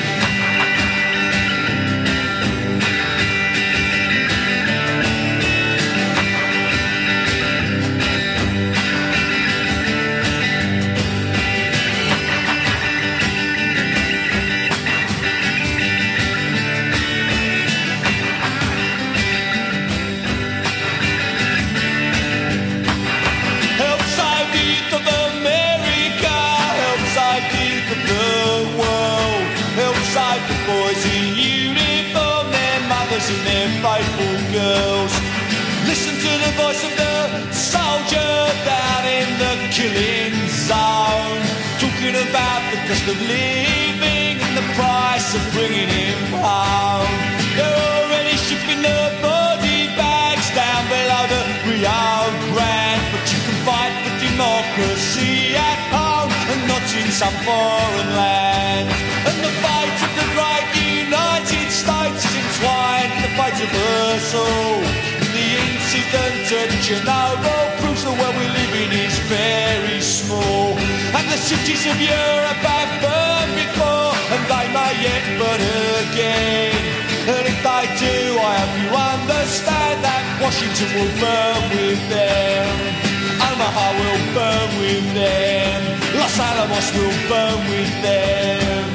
And their faithful girls. Listen to the voice of the soldier down in the killing zone, talking about the cost of living and the price of bringing him home. They're already shipping the body bags down below the Rio Grande, but you can fight for democracy at home and not in some foreign land. And the fight of the great United States is entwined in the fight of us all. The incident at Chernobyl proves the world we live in is very small. And the cities of Europe have burned before, and they may yet burn again. And if they do, I hope you understand that Washington will burn with them, Omaha will burn with them, Los Alamos will burn with them.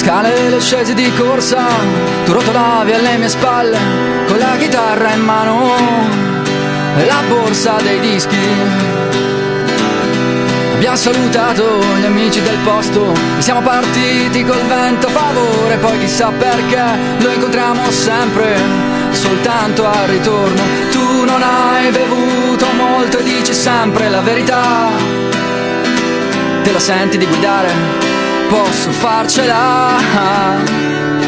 scale le scese di corsa, tu rotolavi alle mie spalle con la chitarra in mano e la borsa dei dischi. Abbiamo salutato gli amici del posto e siamo partiti col vento a favore, poi chissà perché lo incontriamo sempre soltanto al ritorno. Tu non hai bevuto molto e dici sempre la verità, te la senti di guidare, posso farcela.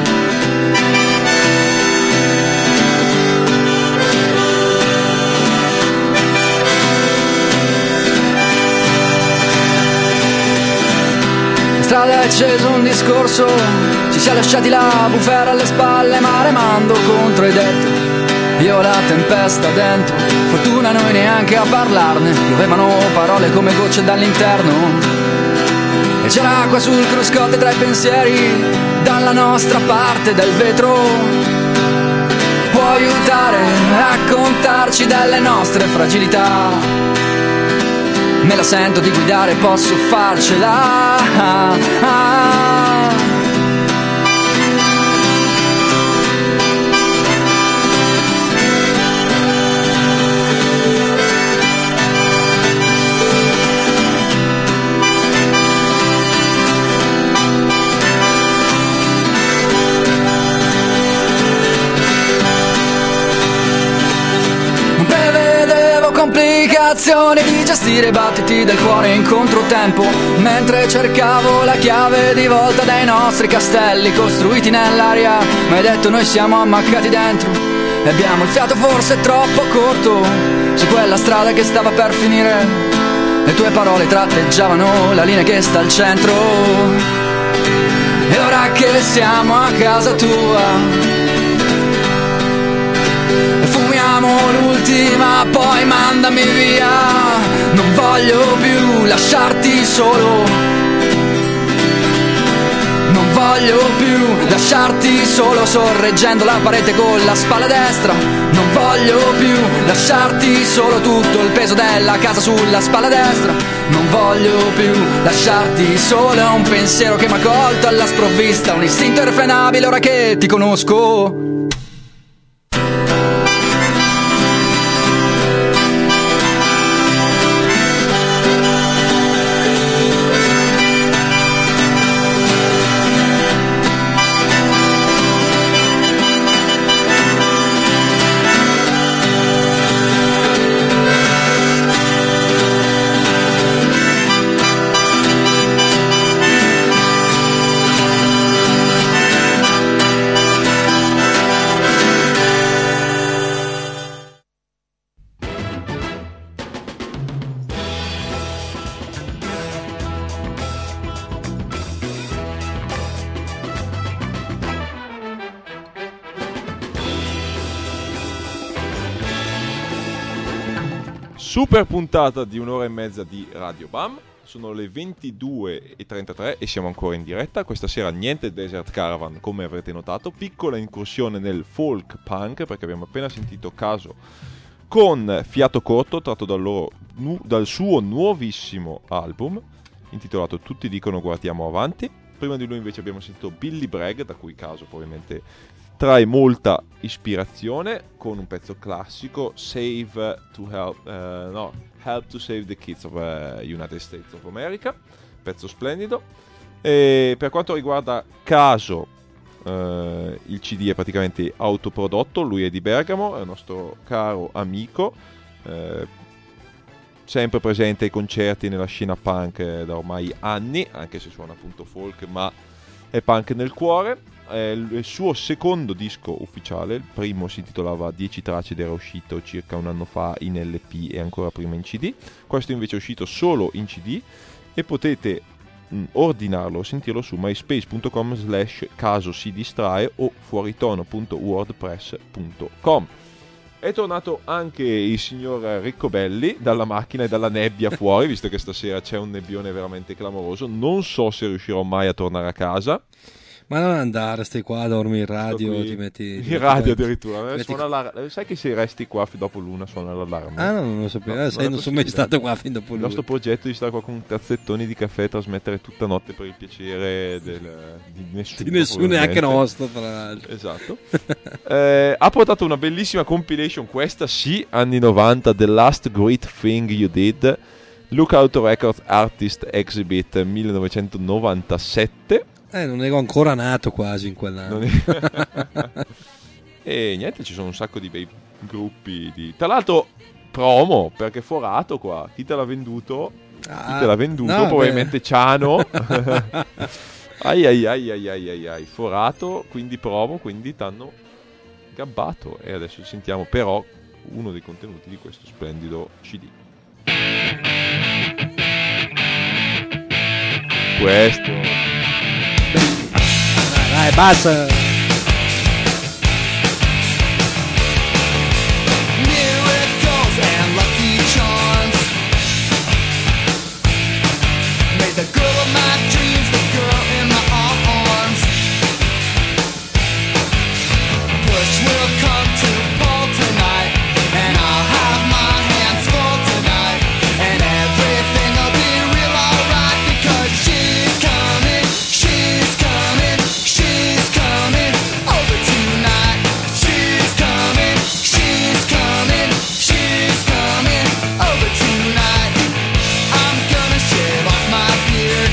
Strada è acceso un discorso, ci siamo lasciati la bufera alle spalle, ma remando contro i detti, io la tempesta dentro, fortuna noi neanche a parlarne, piovevano parole come gocce dall'interno, e c'era acqua sul cruscotte tra i pensieri, dalla nostra parte del vetro, può aiutare a raccontarci delle nostre fragilità. Me la sento di guidare, posso farcela. Ah, ah. Complicazioni di gestire i battiti del cuore in controtempo, mentre cercavo la chiave di volta dei nostri castelli costruiti nell'aria, ma hai detto noi siamo ammaccati dentro e abbiamo il fiato forse troppo corto su quella strada che stava per finire. Le tue parole tratteggiavano la linea che sta al centro, e ora che siamo a casa tua fumiamo l'ultima, poi mandami via. Non voglio più lasciarti solo, non voglio più lasciarti solo sorreggendo la parete con la spalla destra. Non voglio più lasciarti solo, tutto il peso della casa sulla spalla destra. Non voglio più lasciarti solo, è un pensiero che mi ha colto alla sprovvista, un istinto irrefrenabile ora che ti conosco. Super puntata di un'ora e mezza di Radio Bam. Sono le ventidue e trentatré e siamo ancora in diretta. Questa sera niente Desert Caravan, come avrete notato. Piccola incursione nel folk punk, perché abbiamo appena sentito Caso con Fiato Corto, tratto dal, loro, nu, dal suo nuovissimo album intitolato Tutti dicono guardiamo avanti. Prima di lui invece abbiamo sentito Billy Bragg, da cui Caso probabilmente trae molta ispirazione, con un pezzo classico, Save to Help, uh, no, Help to Save the Kids of uh, United States of America, pezzo splendido. E per quanto riguarda Caso, uh, il C D è praticamente autoprodotto, lui è di Bergamo, è un nostro caro amico, uh, sempre presente ai concerti nella scena punk eh, da ormai anni, anche se suona appunto folk, ma è punk nel cuore. È il suo secondo disco ufficiale, il primo si intitolava dieci tracce ed era uscito circa un anno fa in L P e ancora prima in C D. Questo invece è uscito solo in C D e potete mh, ordinarlo o sentirlo su myspace.com slash caso si distrae o fuoritono punto wordpress punto com. È tornato anche il signor Riccobelli dalla macchina e dalla nebbia fuori, visto che stasera c'è un nebbione veramente clamoroso. Non so se riuscirò mai a tornare a casa. Ma non andare, stai qua, dormi in radio, Sto qui. ti metti... ti In metti radio qua- addirittura. Eh, metti- suona l'allarme. Sai che se resti qua fin dopo l'una suona l'allarme? Ah, no, non lo sapevo. No, Eh, sai, è non sono mai possibile. stato qua fin dopo Il lui. nostro progetto è di stare qua con cazzettoni di caffè e trasmettere tutta notte per il piacere del, di nessuno. Di nessuno, neanche probabilmente. nostro, tra l'altro. Esatto. Eh, ha portato una bellissima compilation, questa sì, anni novanta, The Last Great Thing You Did, Lookout Records Artist Exhibit millenovecentonovantasette. Eh, non ero ancora nato quasi in quell'anno. Non è- E niente, ci sono un sacco di bei gruppi di... Tra l'altro promo, perché Forato qua, chi te l'ha venduto? Ah, chi te l'ha venduto? no, Probabilmente beh. Ciano. ai ai ai ai ai ai ai. Forato, quindi promo, quindi t'hanno gabbato. E adesso sentiamo però uno dei contenuti di questo splendido C D. Questo... Dai, basta. Miracles and lucky charms made the girl of my dreams the girl in my arms. Push will come to pull tonight, and I'll have my hands full tonight, and everything will be real alright because she's coming, she's coming, she's coming over tonight. She's coming, she's coming, she's coming over tonight. I'm gonna shave off my beard,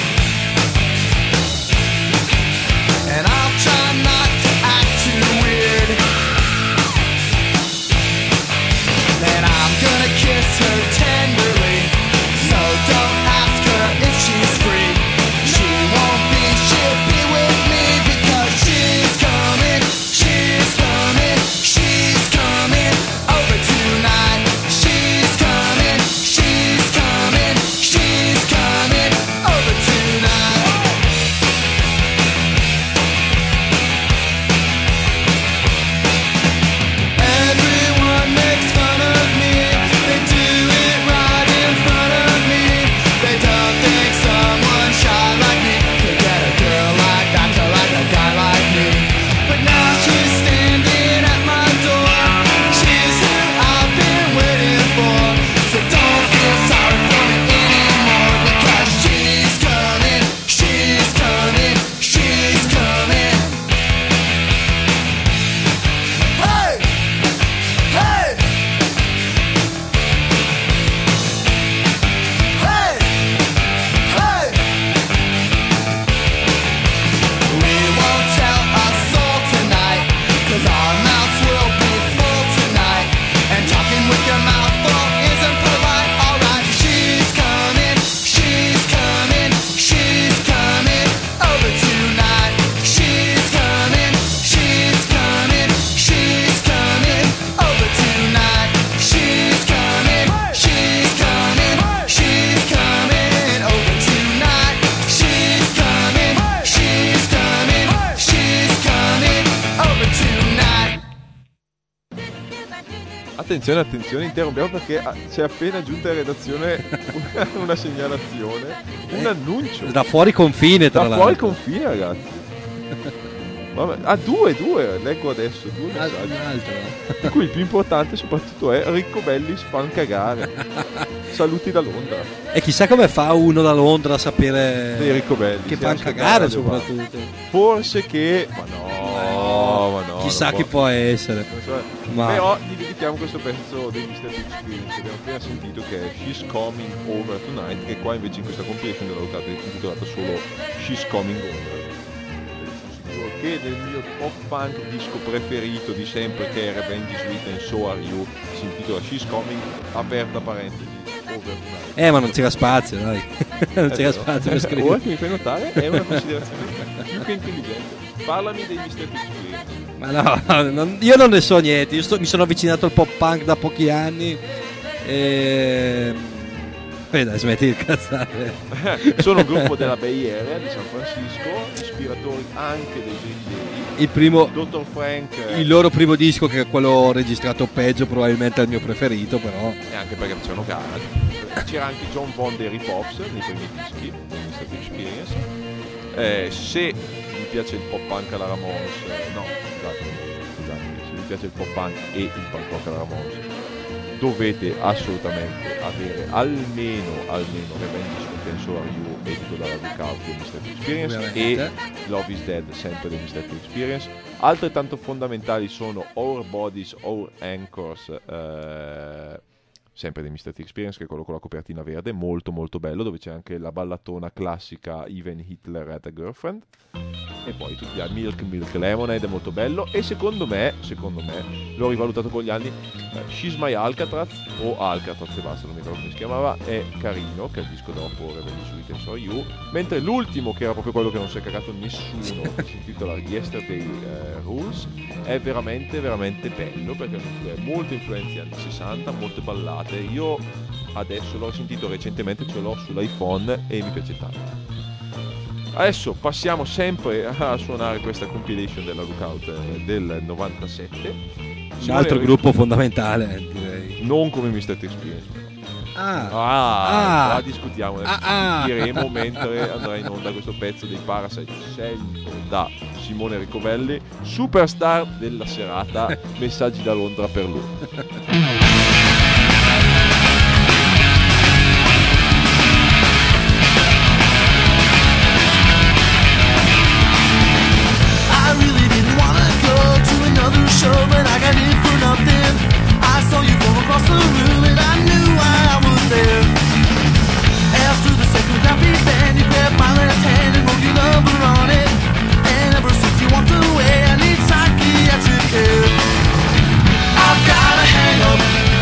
and I'll try not to act too weird. Then I'm gonna kiss her tenderly, so don't ask her if she's free. She won't be, she'll be with me because she's coming, she's coming, she's coming over tonight. She's coming, she's coming, she's coming over tonight. Everyone makes fun of me, they do it right in front of me. They don't think someone shy like me could get a girl like that to like a guy like me. But now she's standing at my door, she's who I've been waiting for. So don't feel sorry for me anymore because she's coming, she's coming, she's coming. Hey! Hey! Hey! Hey! We won't tell a soul tonight, 'cause our mouths will be full tonight. And talking with your mouth full isn't polite, alright. She's coming, she's coming, she's coming over tonight. She's coming, she's coming, she's coming over tonight. She's coming, she's coming, she's coming over tonight. She's coming, she's coming, she's coming over tonight. Attenzione, attenzione, interrompiamo perché ah, c'è appena giunta in redazione una, una segnalazione, un annuncio. Da fuori confine, tra Da l'altro. fuori confine, ragazzi. Vabbè, ah, due, due, leggo adesso, due Ah, messaggi. un altro. Di cui il più importante soprattutto è Ricco Bellis fan cagare. Saluti da Londra. E chissà come fa uno da Londra a sapere Dei Ricco Bellis. che sì, fa ascolta cagare Radio Bar. soprattutto. Forse che... Ma no, ma no. Chissà non chi può- può essere. non so. Ma- Però gli dedichiamo questo pezzo dei mister Experience che abbiamo appena sentito, che è She's Coming Over Tonight, che qua invece in questa compilation della locale è intitolata solo She's Coming Over. Che del mio pop punk disco preferito di sempre, che è Revenge is Sweet and So Are You, si intitola She's Coming, aperta parentesi, Over Tonight. Eh, ma non c'era spazio, dai. non Eh, c'era però. spazio per Ora scrivere. che mi fai notare è una considerazione più che intelligente. Parlami dei mister Experience. Ma no, non- io non ne so niente. Io sto- mi sono avvicinato al pop punk da pochi anni. E... Eh, dai, smetti di cazzare. Sono un gruppo della Bay Area di San Francisco, ispiratori anche dei Green Day. Il primo, dottor Frank il loro primo disco, che è quello registrato peggio, probabilmente è il mio preferito, però. e anche perché facevano garage. C'era anche John Bon dei Ripops nei primi dischi di mister Experience. Eh, se vi piace il pop punk alla Ramones, eh, no, scusate, scusate, se vi piace il pop punk e il punk rock alla Ramones, dovete assolutamente avere almeno, almeno Revenge of the Dinosaur You, edito dalla Lookout del mister T Experience, Ovviamente. e Love is Dead, sempre del mister T Experience. Altrettanto fondamentali sono Our Bodies, Our Anchors, eh, sempre del mister T Experience, che è quello con la copertina verde, molto molto bello, dove c'è anche la ballatona classica Even Hitler Had a Girlfriend, e poi tutti gli Milk Milk Lemonade è molto bello, e secondo me, secondo me, l'ho rivalutato con gli anni, eh, She's My Alcatraz, o Alcatraz e basta, non mi ricordo come si chiamava, è carino, che è il disco dopo Revenge of the Dinosaur You, mentre l'ultimo, che era proprio quello che non si è cagato nessuno, che si intitola Yesterday eh, Rules, è veramente veramente bello, perché è molto influenze anni sessanta, molte ballate. Io adesso l'ho sentito recentemente, ce l'ho sull'iPhone e mi piace tanto. Adesso passiamo sempre a suonare questa compilation della Lookout eh, del novantasette. Un altro gruppo fondamentale, direi. Non come mister T Experience. Ah, ah, ah, la discutiamo, ah, ah. diremo mentre andrà in onda questo pezzo dei Parasite, scelto da Simone Ricovelli, superstar della serata. Messaggi da Londra per lui. I really didn't wanna go to another show, but I got in for nothing. I saw you from across the room and I knew I was there. After the second crappy band, you grabbed my left hand and wrote your number on it. And ever since you walked away, I need psychiatric care. I've gotta hang up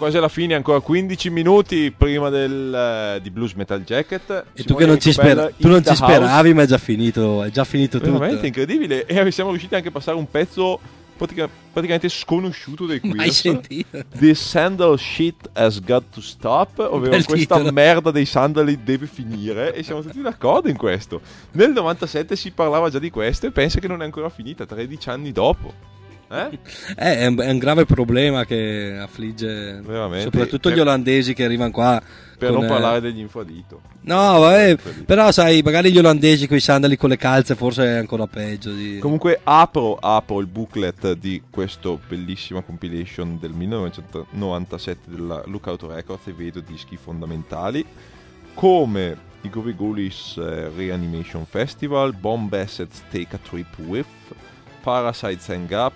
quasi alla fine, ancora quindici minuti prima del, eh, di Blues Metal Jacket. E tu che non ci, spera- tu non ci speravi, ma è già finito, è già finito tutto. Veramente incredibile. E siamo riusciti anche a passare un pezzo pratica- praticamente sconosciuto dei Queers. Mai sentito. The Sandal Shit Has Got To Stop, ovvero Bel questa titolo. merda dei sandali deve finire, e siamo tutti d'accordo in questo. Nel novantasette si parlava già di questo e pensa che non è ancora finita, tredici anni dopo. Eh? Eh, è, un, è un grave problema che affligge Veramente. soprattutto Per- gli olandesi che arrivano qua. Per con, non eh, parlare degli infradito. No, vabbè, però sai, magari gli olandesi con i sandali con le calze forse è ancora peggio. Di... Comunque apro, apro il booklet di questo bellissima compilation del millenovecentonovantasette della Lookout Records e vedo dischi fondamentali come i Groovy Ghoulies eh, Reanimation Festival, Bomb Assets Take a Trip With, Parasites Hang Up,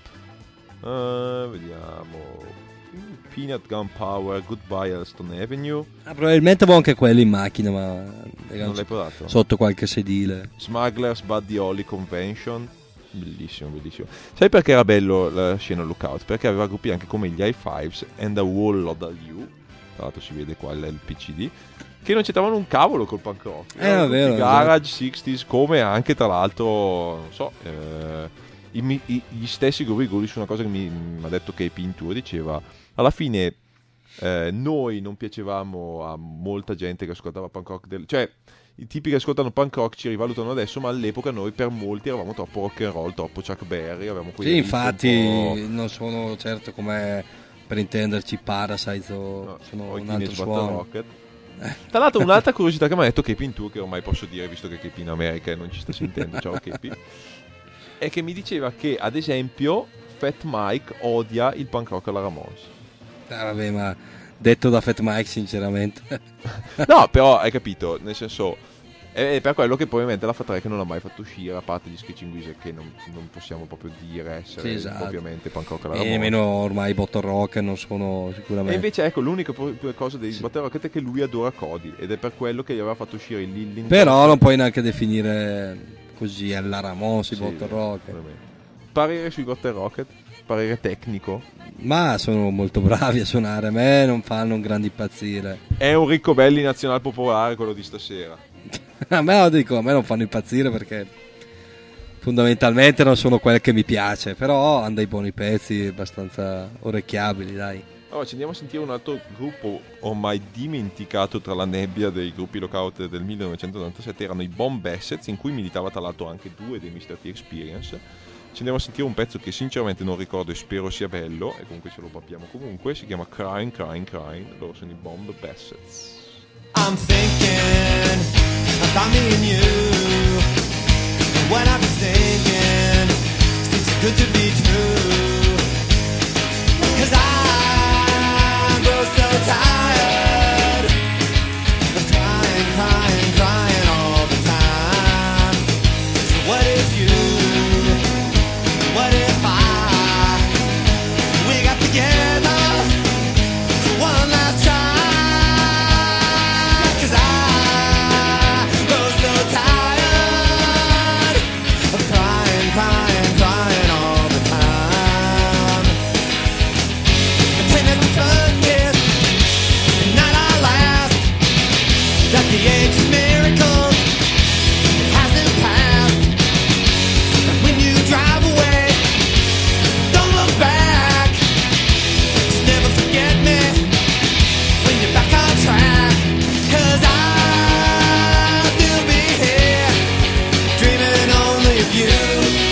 uh, vediamo, Peanut Gunpowder, Goodbye Elston Avenue. Ah, probabilmente avevo anche quelli in macchina, ma Non l'hai provato? sotto qualche sedile. Smugglers Buddy Holly Convention, bellissimo, bellissimo. Sai perché era bello la scena Lookout? Perché aveva gruppi anche come gli i-Fives and a Wall of You, tra l'altro si vede qua il P C D, che non c'entravano un cavolo col punk rock. Eh, è vero, Garage, sessanta, come anche tra l'altro, non so, eh, i, i, gli stessi Groovy Ghoulies su una cosa che mi ha detto che Pintura diceva, alla fine eh, noi non piacevamo a molta gente che ascoltava punk rock, del, cioè i tipi che ascoltano punk rock ci rivalutano adesso, ma all'epoca noi per molti eravamo troppo rock and roll, troppo Chuck Berry, avevamo quei Sì, riff infatti un po'... non sono certo come per intenderci Parasite o No, sono o i un altro Teenage Bottle suono. Rocket. Tra l'altro un'altra curiosità che mi ha detto Cape in Tour, che ormai posso dire visto che Cape in America e non ci sta sentendo, ciao Cape, è che mi diceva che ad esempio Fat Mike odia il punk rock alla Ramones. Ah, vabbè, ma detto da Fat Mike sinceramente. No, però hai capito, nel senso è per quello che probabilmente la Fat Track non l'ha mai fatto uscire, a parte gli Sketching Wizard che non, non possiamo proprio dire essere Sì, esatto. ovviamente punk rock alla E Ramones. nemmeno ormai Bottle Rock non sono E sicuramente. invece ecco l'unica po- cosa dei Bottle Rocket è che lui adora Cody ed è per quello che gli aveva fatto uscire il Lillington. Però non puoi neanche definire così alla Ramos i Sì, Bottle Rock. veramente. Parere sui Bottle Rocket, parere tecnico. Ma sono molto bravi a suonare, a me non fanno un grande impazzire. È un Riccobelli nazional popolare quello di stasera. A me lo dico, a me non fanno impazzire perché fondamentalmente non sono quel che mi piace, però hanno dei buoni pezzi abbastanza orecchiabili, dai. Allora ci andiamo a sentire un altro gruppo ormai dimenticato tra la nebbia dei gruppi lockout del millenovecentottantasette, erano i Bomb Assets, in cui militava tra l'altro anche due dei mister T Experience. Ci andiamo a sentire un pezzo che sinceramente non ricordo e spero sia bello, e comunque ce lo pappiamo comunque, si chiama Crying, Crying, Crying, loro sono i Bomb Assets. I'm thinking about me and you, and what I've been thinking seems good to be true, 'cause I grow so tired of crying, crying, crying all the time. So what if you, what if I, we got together for one last try? The age of miracles, it hasn't passed. When you drive away, don't look back. Just never forget me when you're back on track. 'Cause I'll still be here, dreaming only of you.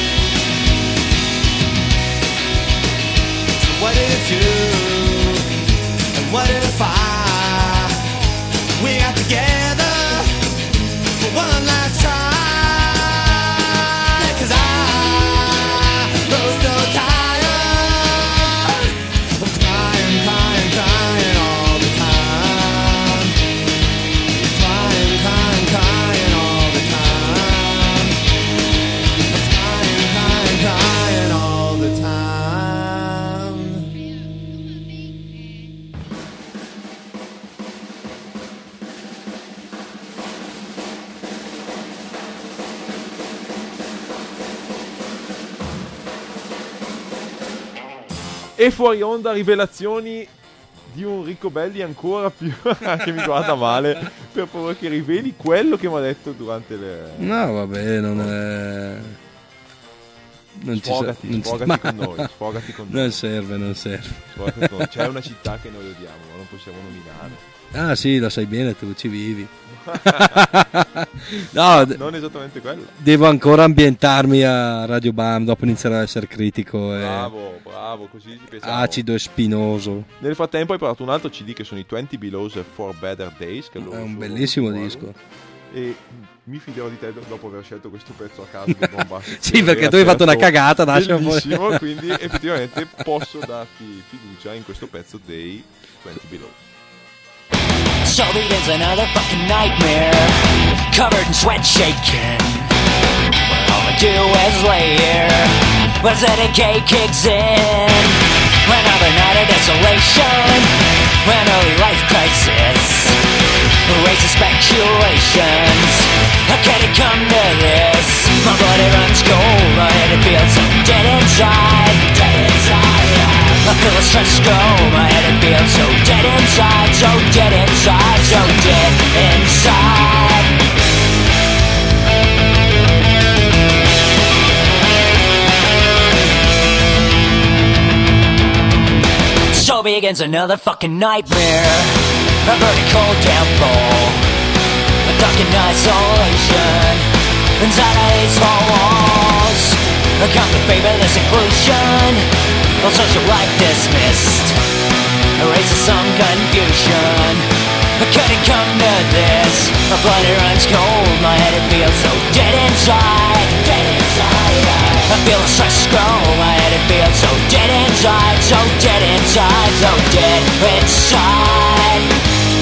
So what if you, and what if I, we got together for one last try? 'Cause I grow so tired of crying, crying, crying all the time. Crying, crying, crying all the time. Crying, crying, crying all the time. E fuori onda rivelazioni di un Ricobelli ancora più che mi guarda male, per favore che riveli quello che mi ha detto durante le... No, vabbè, non è... Non sfogati, ci sa... non sfogati ci... con noi, sfogati con noi. Non serve, non serve. Sfogati con noi. C'è una città che noi odiamo, ma non possiamo nominare. Ah sì, lo sai bene, tu ci vivi. No, d- non esattamente quello. Devo ancora ambientarmi a Radio Bam, dopo inizierò a essere critico e Bravo, bravo, così ci pensavo. acido e spinoso. Nel frattempo hai parlato un altro C D che sono i venti Belows e For Better Days, che È loro un sono bellissimo molto disco. E mi fiderò di te dopo aver scelto questo pezzo a caso di Bombastic. Sì, perché tu hai fatto una cagata, lascia bellissimo, fuori. quindi effettivamente posso darti fiducia in questo pezzo dei venti Below. So begins another fucking nightmare, covered in sweat shaking. All I do is lay here, when the decay kicks in. Another night of desolation, when early life crisis raises speculations. How can it come to this? My body runs cold, my head it feels so dead inside, dead inside. I feel the stress grow, my head it feels so dead inside, so dead inside, so dead inside. So begins another fucking nightmare, a vertical downfall, a darkened isolation, inside of these four walls. I come to favor the seclusion, all social life dismissed, erases some confusion. I couldn't come to this, my blood it runs cold, my head it feels so dead inside, dead inside. I feel the stress grow, my head it feels so dead inside, so dead inside, so dead inside.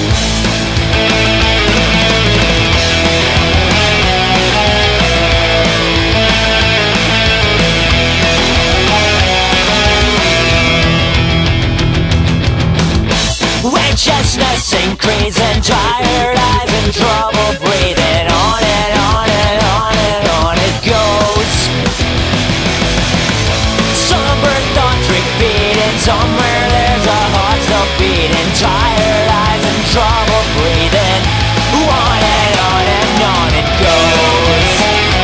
Weightlessness increasing, tired eyes and trouble breathing. On and on and on and on it goes. Somber thoughts repeating, somewhere there's a heart still beating. Tired eyes and trouble breathing. On and on and on it goes.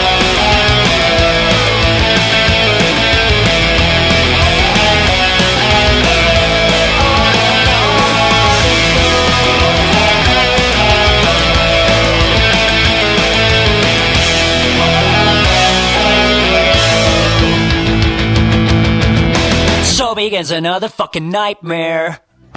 So begins another fucking nightmare.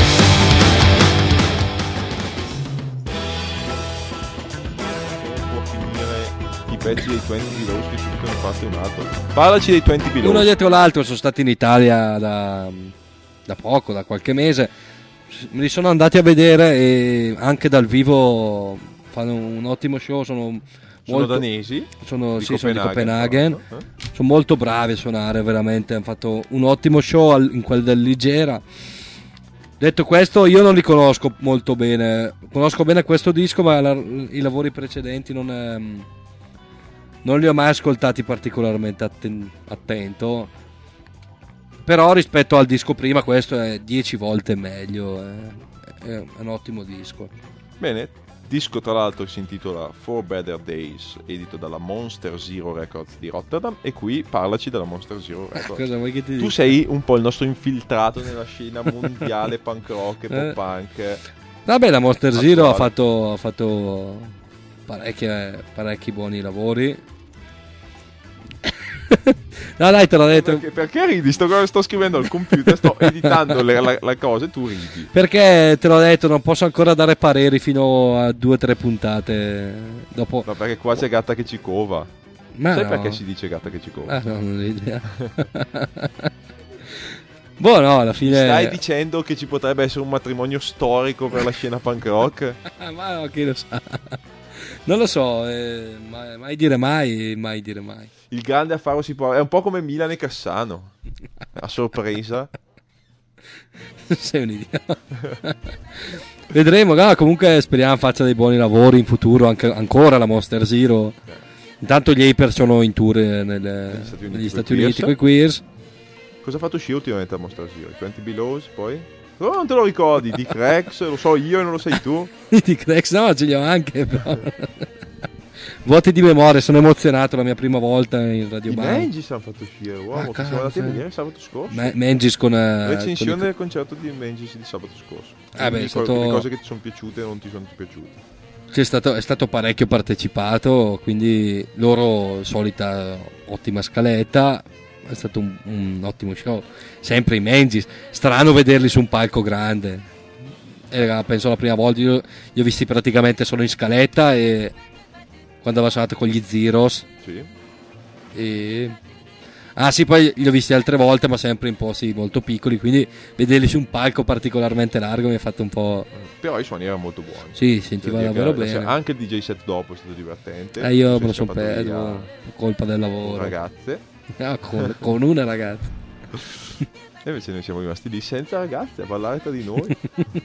Può finire i pezzi dei venti Belows che tutti hanno fatto un altro. Parlaci dei venti Belows. Uno dietro l'altro, sono stati in Italia da, da poco, da qualche mese. Me li sono andati a vedere e anche dal vivo fanno un ottimo show. Sono, Sono molto, danesi? Sono, Di sì, sono di Copenaghen, Copenaghen. eh? Sono molto bravi a suonare, veramente. Hanno fatto un ottimo show al- in quel del Ligera. Detto questo, io non li conosco molto bene. Conosco bene questo disco, ma la- i lavori precedenti non, ehm, non li ho mai ascoltati particolarmente atten- attento. Però rispetto al disco prima, questo è dieci volte meglio. È, è un ottimo disco. Bene, disco tra l'altro si intitola For Better Days, edito dalla Monster Zero Records di Rotterdam. E qui parlaci della Monster Zero Records. Cosa vuoi che ti Tu dica? sei un po' il nostro infiltrato nella scena mondiale punk rock e Eh. pop punk. Vabbè, la Monster Zero ha attuale. fatto, ha fatto parecchie- parecchi buoni lavori. No, dai, te l'ho detto. Perché, perché ridi? Sto, sto scrivendo al computer, sto editando le, la, la cosa e tu ridi. Perché te l'ho detto, non posso ancora dare pareri fino a due o tre puntate dopo. Ma perché qua c'è Gatta che ci cova. Ma Sai no. perché si dice Gatta che ci cova? Ah, no, non ho idea. Boh, no, alla fine. Stai dicendo che ci potrebbe essere un matrimonio storico per la scena punk rock? Ma no, chi lo sa. Non lo so, eh, mai, mai dire mai, mai dire mai. Il grande affare si può... È un po' come Milan e Cassano. A sorpresa. Sei un idiota. Vedremo, no, comunque speriamo faccia dei buoni lavori in futuro, anche, ancora la Monster Zero. Intanto gli Aper sono in tour nelle- Negli Stati Uniti negli Stati coi Uniti Queers. con i Queers. Cosa ha fatto uscire ultimamente a Monster Zero? I venti Belows, poi? Però non te lo ricordi, di Crex, lo so io e non lo sai tu. Di Crex, no, ce li ho anche, però. Vuoti di memoria, sono emozionato la mia prima volta in Radio I Bam. Mangis hanno fatto uscire, wow, Ah, che siamo andati a cazzo. vedere sabato scorso. Ma- Mangis con... eh, Recensione con i- del concerto di Mangis di sabato scorso. Ah, beh, è Quindi stato- le cose che ti sono piaciute e non ti sono piaciute. C'è stato, è stato parecchio partecipato, quindi loro solita ottima scaletta, è stato un, un ottimo show. Sempre i Mangis, strano vederli su un palco grande. Era, penso la prima volta, io li ho visti praticamente solo in scaletta e quando aveva suonato con gli Zeros. Sì. E... Ah sì, poi li ho visti altre volte, ma sempre in posti molto piccoli, quindi vederli su un palco particolarmente largo mi ha fatto un po'... Però i suoni erano molto buoni. Sì, sentiva Devo dire davvero che- bene. Anche il D J set dopo è stato divertente. Eh, io Non so me lo se sono siamo andati perso, a- colpa del lavoro. Ragazze. Ah, con, con una ragazza. E invece noi siamo rimasti lì senza ragazze a ballare tra di noi.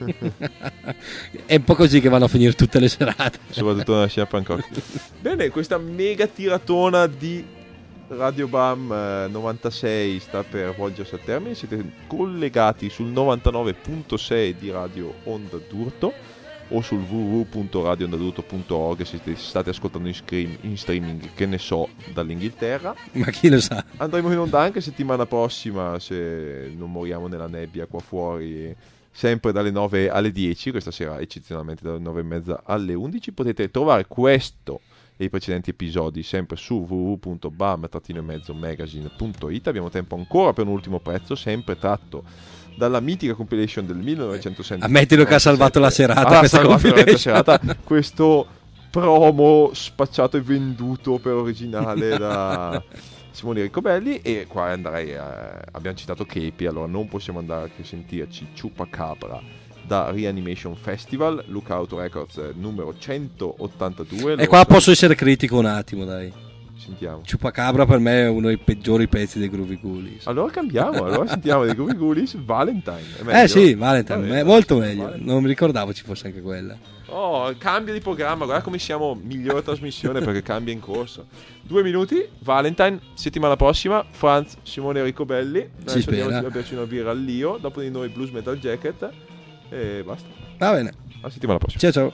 È un po' così che vanno a finire tutte le serate. Soprattutto nella scena punk rock. Bene, questa mega tiratona di Radio Bam eh, novantasei sta per volgersi a termine. Siete collegati sul novantanove virgola sei di Radio Onda d'Urto o sul w w w punto radio onda d'urto punto org se siete- state ascoltando in, scream- in streaming, che ne so, dall'Inghilterra. Ma chi lo sa? Andremo in onda anche settimana prossima, se non moriamo nella nebbia qua fuori, sempre dalle nove alle dieci, questa sera eccezionalmente dalle nove e mezza alle undici. Potete trovare questo e i precedenti episodi sempre su w w w punto bam magazine punto it. Abbiamo tempo ancora per un ultimo pezzo, sempre tratto dalla mitica compilation del millenovecentosessantasette. Ammettilo che ha salvato la serata Ah, questa salvato veramente la compilation. serata, questo promo spacciato e venduto per originale da Simone Ricobelli. E qua andrei a... abbiamo citato Kepi, allora non possiamo andare a sentirci Chupacabra da Reanimation Festival, Lookout Records eh, numero centottantadue. E qua posso essere critico un attimo, dai. Sentiamo. Chupacabra per me è uno dei peggiori pezzi dei Groovy Ghoulies. Allora cambiamo, allora sentiamo dei Groovy Ghoulies Valentine. È meglio? Eh sì, Valentine, Va bene, è molto Valentine. meglio. Non mi ricordavo ci fosse anche quella. Oh, cambia di programma, guarda come siamo migliore trasmissione perché cambia in corso. Due minuti, Valentine, settimana prossima, Franz, Simone Ricobelli. Si Adesso andiamo spera. a berci una birra al Lio, dopo di noi Blues Metal Jacket e basta. Va bene. Alla settimana prossima. Ciao ciao.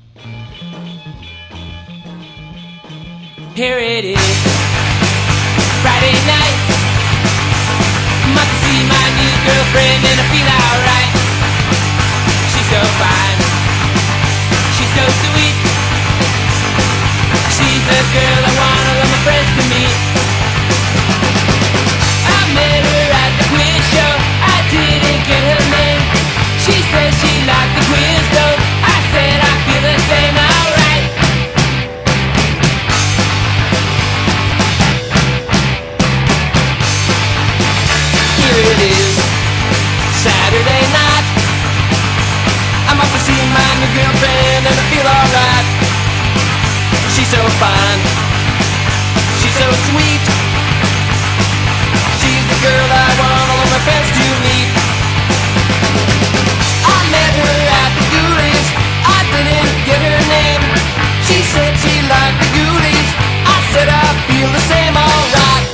Here it is, Friday night. I'm up to see my new girlfriend and I feel alright. She's so fine, she's so sweet. She's the girl I want all of my friends to meet. I met her at the quiz show, I didn't get her name. She said she liked the quiz though, I said I feel the same, alright. Here it is, Saturday night. I'm off to see my new girlfriend and I feel alright. She's so fine, she's so sweet. She's the girl I want all of my friends to meet. I met her at the Ghoulies, I didn't get her name. She said she liked the Ghoulies, I said I feel the same, alright.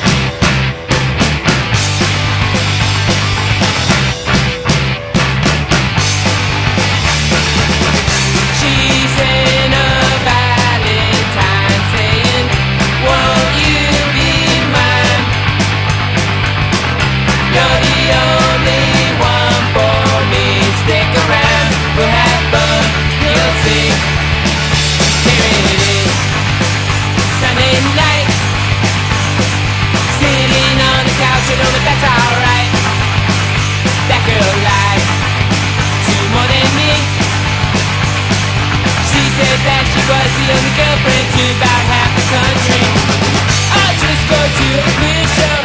She's in a Valentine saying, won't you be mine? You're the only one for me. Stick around, we'll have fun, you'll see. Here it is, Sunday night. Sitting on the couch, you know that that's alright. That girl lied to more than me. She said that she was the only girlfriend to about half the country. I'll just go to a quiz show,